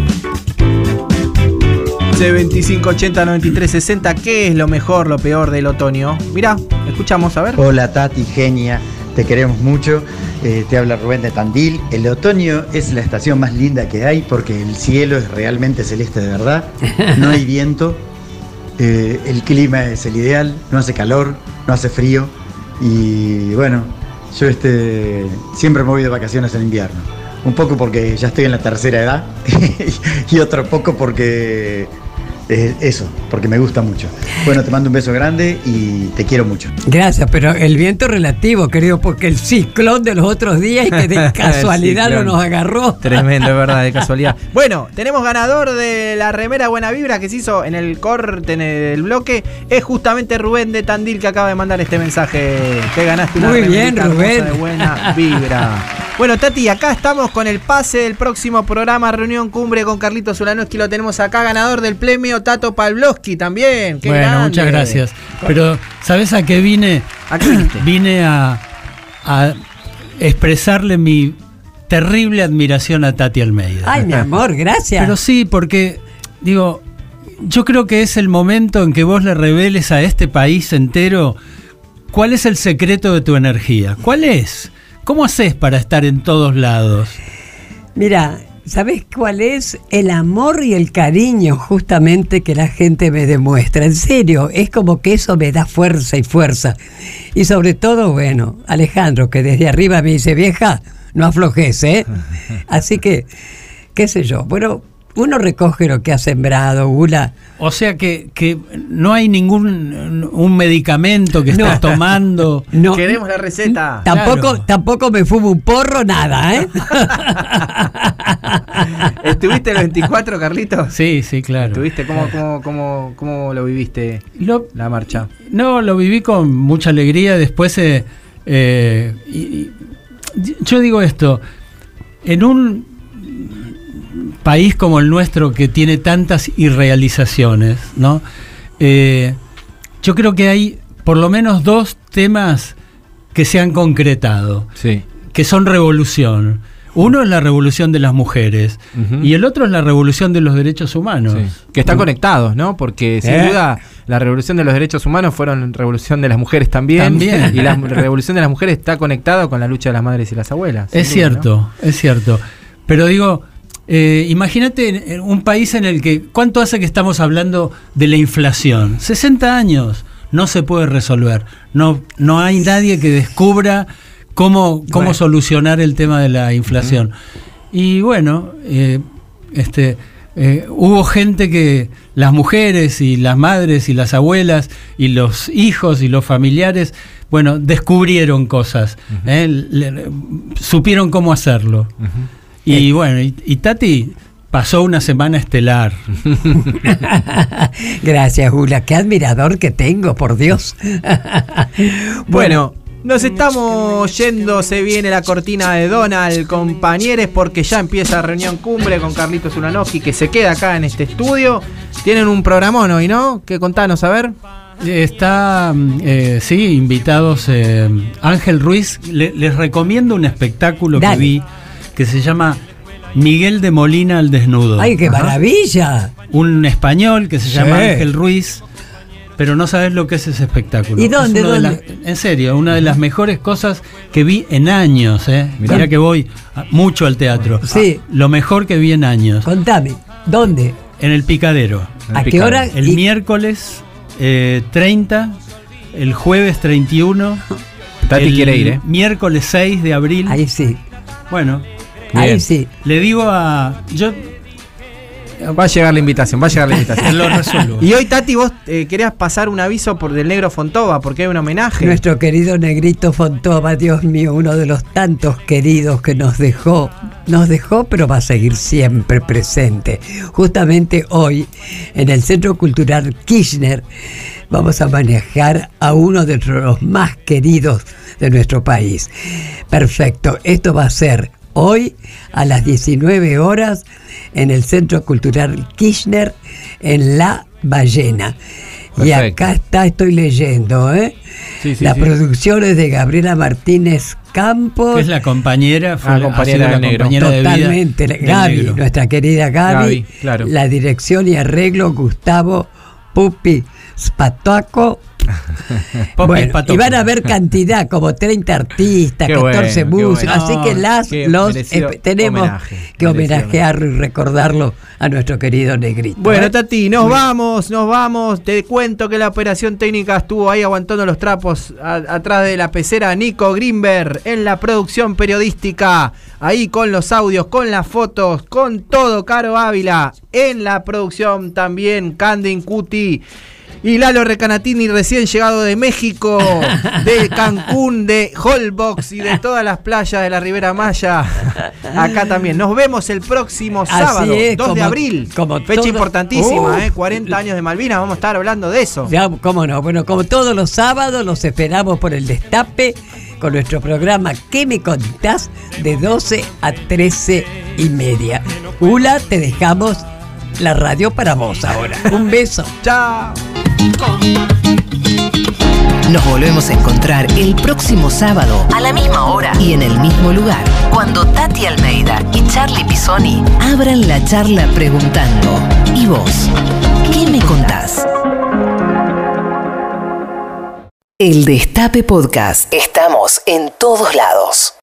C veinticinco ochenta noventa y tres sesenta, ¿qué es lo mejor, lo peor del otoño? Mirá, escuchamos, a ver. Hola Tati, genia, te queremos mucho. Eh, te habla Rubén de Tandil. El otoño es la estación más linda que hay porque el cielo es realmente celeste de verdad. No hay viento, eh, el clima es el ideal, no hace calor, no hace frío. Y bueno, yo este, siempre me voy de vacaciones en invierno. Un poco porque ya estoy en la tercera edad y otro poco porque... Eh, eso, porque me gusta mucho. Bueno, te mando un beso grande y te quiero mucho. Gracias, pero el viento es relativo, querido, porque el ciclón de los otros días y que de casualidad no nos agarró. Tremendo, es verdad, de casualidad. Bueno, tenemos ganador de la remera Buena Vibra que se hizo en el corte, en el bloque. Es justamente Rubén de Tandil que acaba de mandar este mensaje. Que ganaste una Muy bien, Rubén. De Buena Vibra. Bueno, Tati, acá estamos con el pase del próximo programa Reunión Cumbre con Carlitos Ulanowski. Lo tenemos acá, ganador del premio Tato Pavlovsky también. Qué bueno, grande. Muchas gracias. Pero, ¿sabes a qué vine? ¿A qué viniste? Vine a, a expresarle mi terrible admiración a Tati Almeida. Ay, mi amor, gracias. Pero sí, porque, digo, yo creo que es el momento en que vos le reveles a este país entero cuál es el secreto de tu energía. ¿Cuál es? ¿Cómo haces para estar en todos lados? Mira, ¿sabés cuál es? El amor y el cariño justamente que la gente me demuestra. En serio, es como que eso me da fuerza y fuerza. Y sobre todo, bueno, Alejandro, que desde arriba me dice, vieja, no aflojes, ¿eh? Así que, qué sé yo, bueno... Uno recoge lo que ha sembrado, Gula. O sea que, que no hay ningún un medicamento que no. estás tomando. No. Queremos la receta. Tampoco, Claro. tampoco me fumo un porro, nada, ¿eh? ¿Estuviste el veinticuatro, Carlitos? Sí, sí, claro. ¿Estuviste? ¿Cómo, cómo, cómo, cómo lo viviste lo, la marcha? No, lo viví con mucha alegría. Después, eh, eh, y, y, yo digo esto, en un país como el nuestro que tiene tantas irrealizaciones, ¿no? Eh, yo creo que hay por lo menos dos temas que se han concretado, sí. que son revolución. Uno es la revolución de las mujeres, uh-huh. y el otro es la revolución de los derechos humanos. Sí. Que están conectados, ¿no? Porque sin ¿Eh? duda la revolución de los derechos humanos fueron revolución de las mujeres también. También. Y la revolución de las mujeres está conectada con la lucha de las madres y las abuelas. Es duda, cierto, ¿no? Es cierto. Pero digo... Eh, imagínate un país en el que, ¿cuánto hace que estamos hablando de la inflación? sesenta años, no se puede resolver. No, no hay nadie que descubra cómo, cómo bueno. solucionar el tema de la inflación. Uh-huh. Y bueno, eh, este, eh, hubo gente que, las mujeres y las madres y las abuelas y los hijos y los familiares, bueno, descubrieron cosas, uh-huh. eh, le, le, supieron cómo hacerlo. Uh-huh. Y bueno, y, y Tati pasó una semana estelar. Gracias, Gula. Qué admirador que tengo, por Dios. Bueno, nos estamos yendo. Se viene la cortina de Donald, compañeros, porque ya empieza Reunión Cumbre con Carlitos Ulanowski, que se queda acá en este estudio. Tienen un programón hoy, ¿no? ¿Qué contanos? A ver. Está, eh, sí, invitados eh, Ángel Ruiz. Le, les recomiendo un espectáculo Dale. que vi, que se llama Miguel de Molina al desnudo. ¡Ay, qué Ajá. maravilla! Un español que se sí. llama Ángel Ruiz, pero no sabes lo que es ese espectáculo. ¿Y dónde? ¿dónde? Las, en serio, una de las mejores cosas que vi en años. ¿eh? Mirá que voy mucho al teatro. Sí. Lo mejor que vi en años. Contame, ¿dónde? En el Picadero. ¿A el qué Picadero. hora? El y... miércoles eh, treinta, el jueves treinta y uno. Tati el quiere ir, ¿eh? Miércoles seis de abril. Ahí sí. Bueno. Bien. Ahí sí. Le digo a... yo Va a llegar la invitación, va a llegar la invitación. Lo resuelvo. Y hoy, Tati, vos eh, querías pasar un aviso por del Negro Fontova, porque hay un homenaje. Nuestro querido Negrito Fontova, Dios mío, uno de los tantos queridos que nos dejó, nos dejó, pero va a seguir siempre presente. Justamente hoy, en el Centro Cultural Kirchner, vamos a manejar a uno de los más queridos de nuestro país. Perfecto, esto va a ser hoy a las diecinueve horas en el Centro Cultural Kirchner en La Ballena. Y acá está, estoy leyendo, ¿eh? Sí, sí, Las sí. producciones de Gabriela Martínez Campos. Que es la compañera, fue Ah, la- compañera ha sido del la negro. compañera de vida Totalmente, del Gaby, negro. nuestra querida Gaby. Gaby, claro. La dirección y arreglo, Gustavo Pupi Spataco. Popi Bueno, Spataco. y van a haber cantidad, como treinta artistas, Qué catorce bueno, qué músicos. bueno. Así que las, Qué los merecido esp- tenemos homenaje, que merecido homenajearlo y recordarlo a nuestro querido Negrito. Bueno, ¿eh? Tati, nos vamos, nos vamos. Te cuento que la operación técnica estuvo ahí aguantando los trapos a- atrás de la pecera. Nico Grimberg en la producción periodística, ahí con los audios, con las fotos, con todo. Caro Ávila en la producción también. Candin Cuti. Y Lalo Recanatini, recién llegado de México, de Cancún, de Holbox y de todas las playas de la Ribera Maya. Acá también. Nos vemos el próximo Así sábado, es, dos de como- abril. como Fecha todo- importantísima, Uh. ¿eh? cuarenta años de Malvinas, vamos a estar hablando de eso. Ya, cómo no. Bueno, como todos los sábados, los esperamos por el Destape con nuestro programa ¿Qué me contás? De doce a trece y media. Ula, te dejamos la radio para vos ahora. Un beso. Chao. Nos volvemos a encontrar el próximo sábado a la misma hora y en el mismo lugar, cuando Tati Almeida y Charlie Pisoni abran la charla preguntando: ¿y vos? ¿Qué me contás? El Destape Podcast. Estamos en todos lados.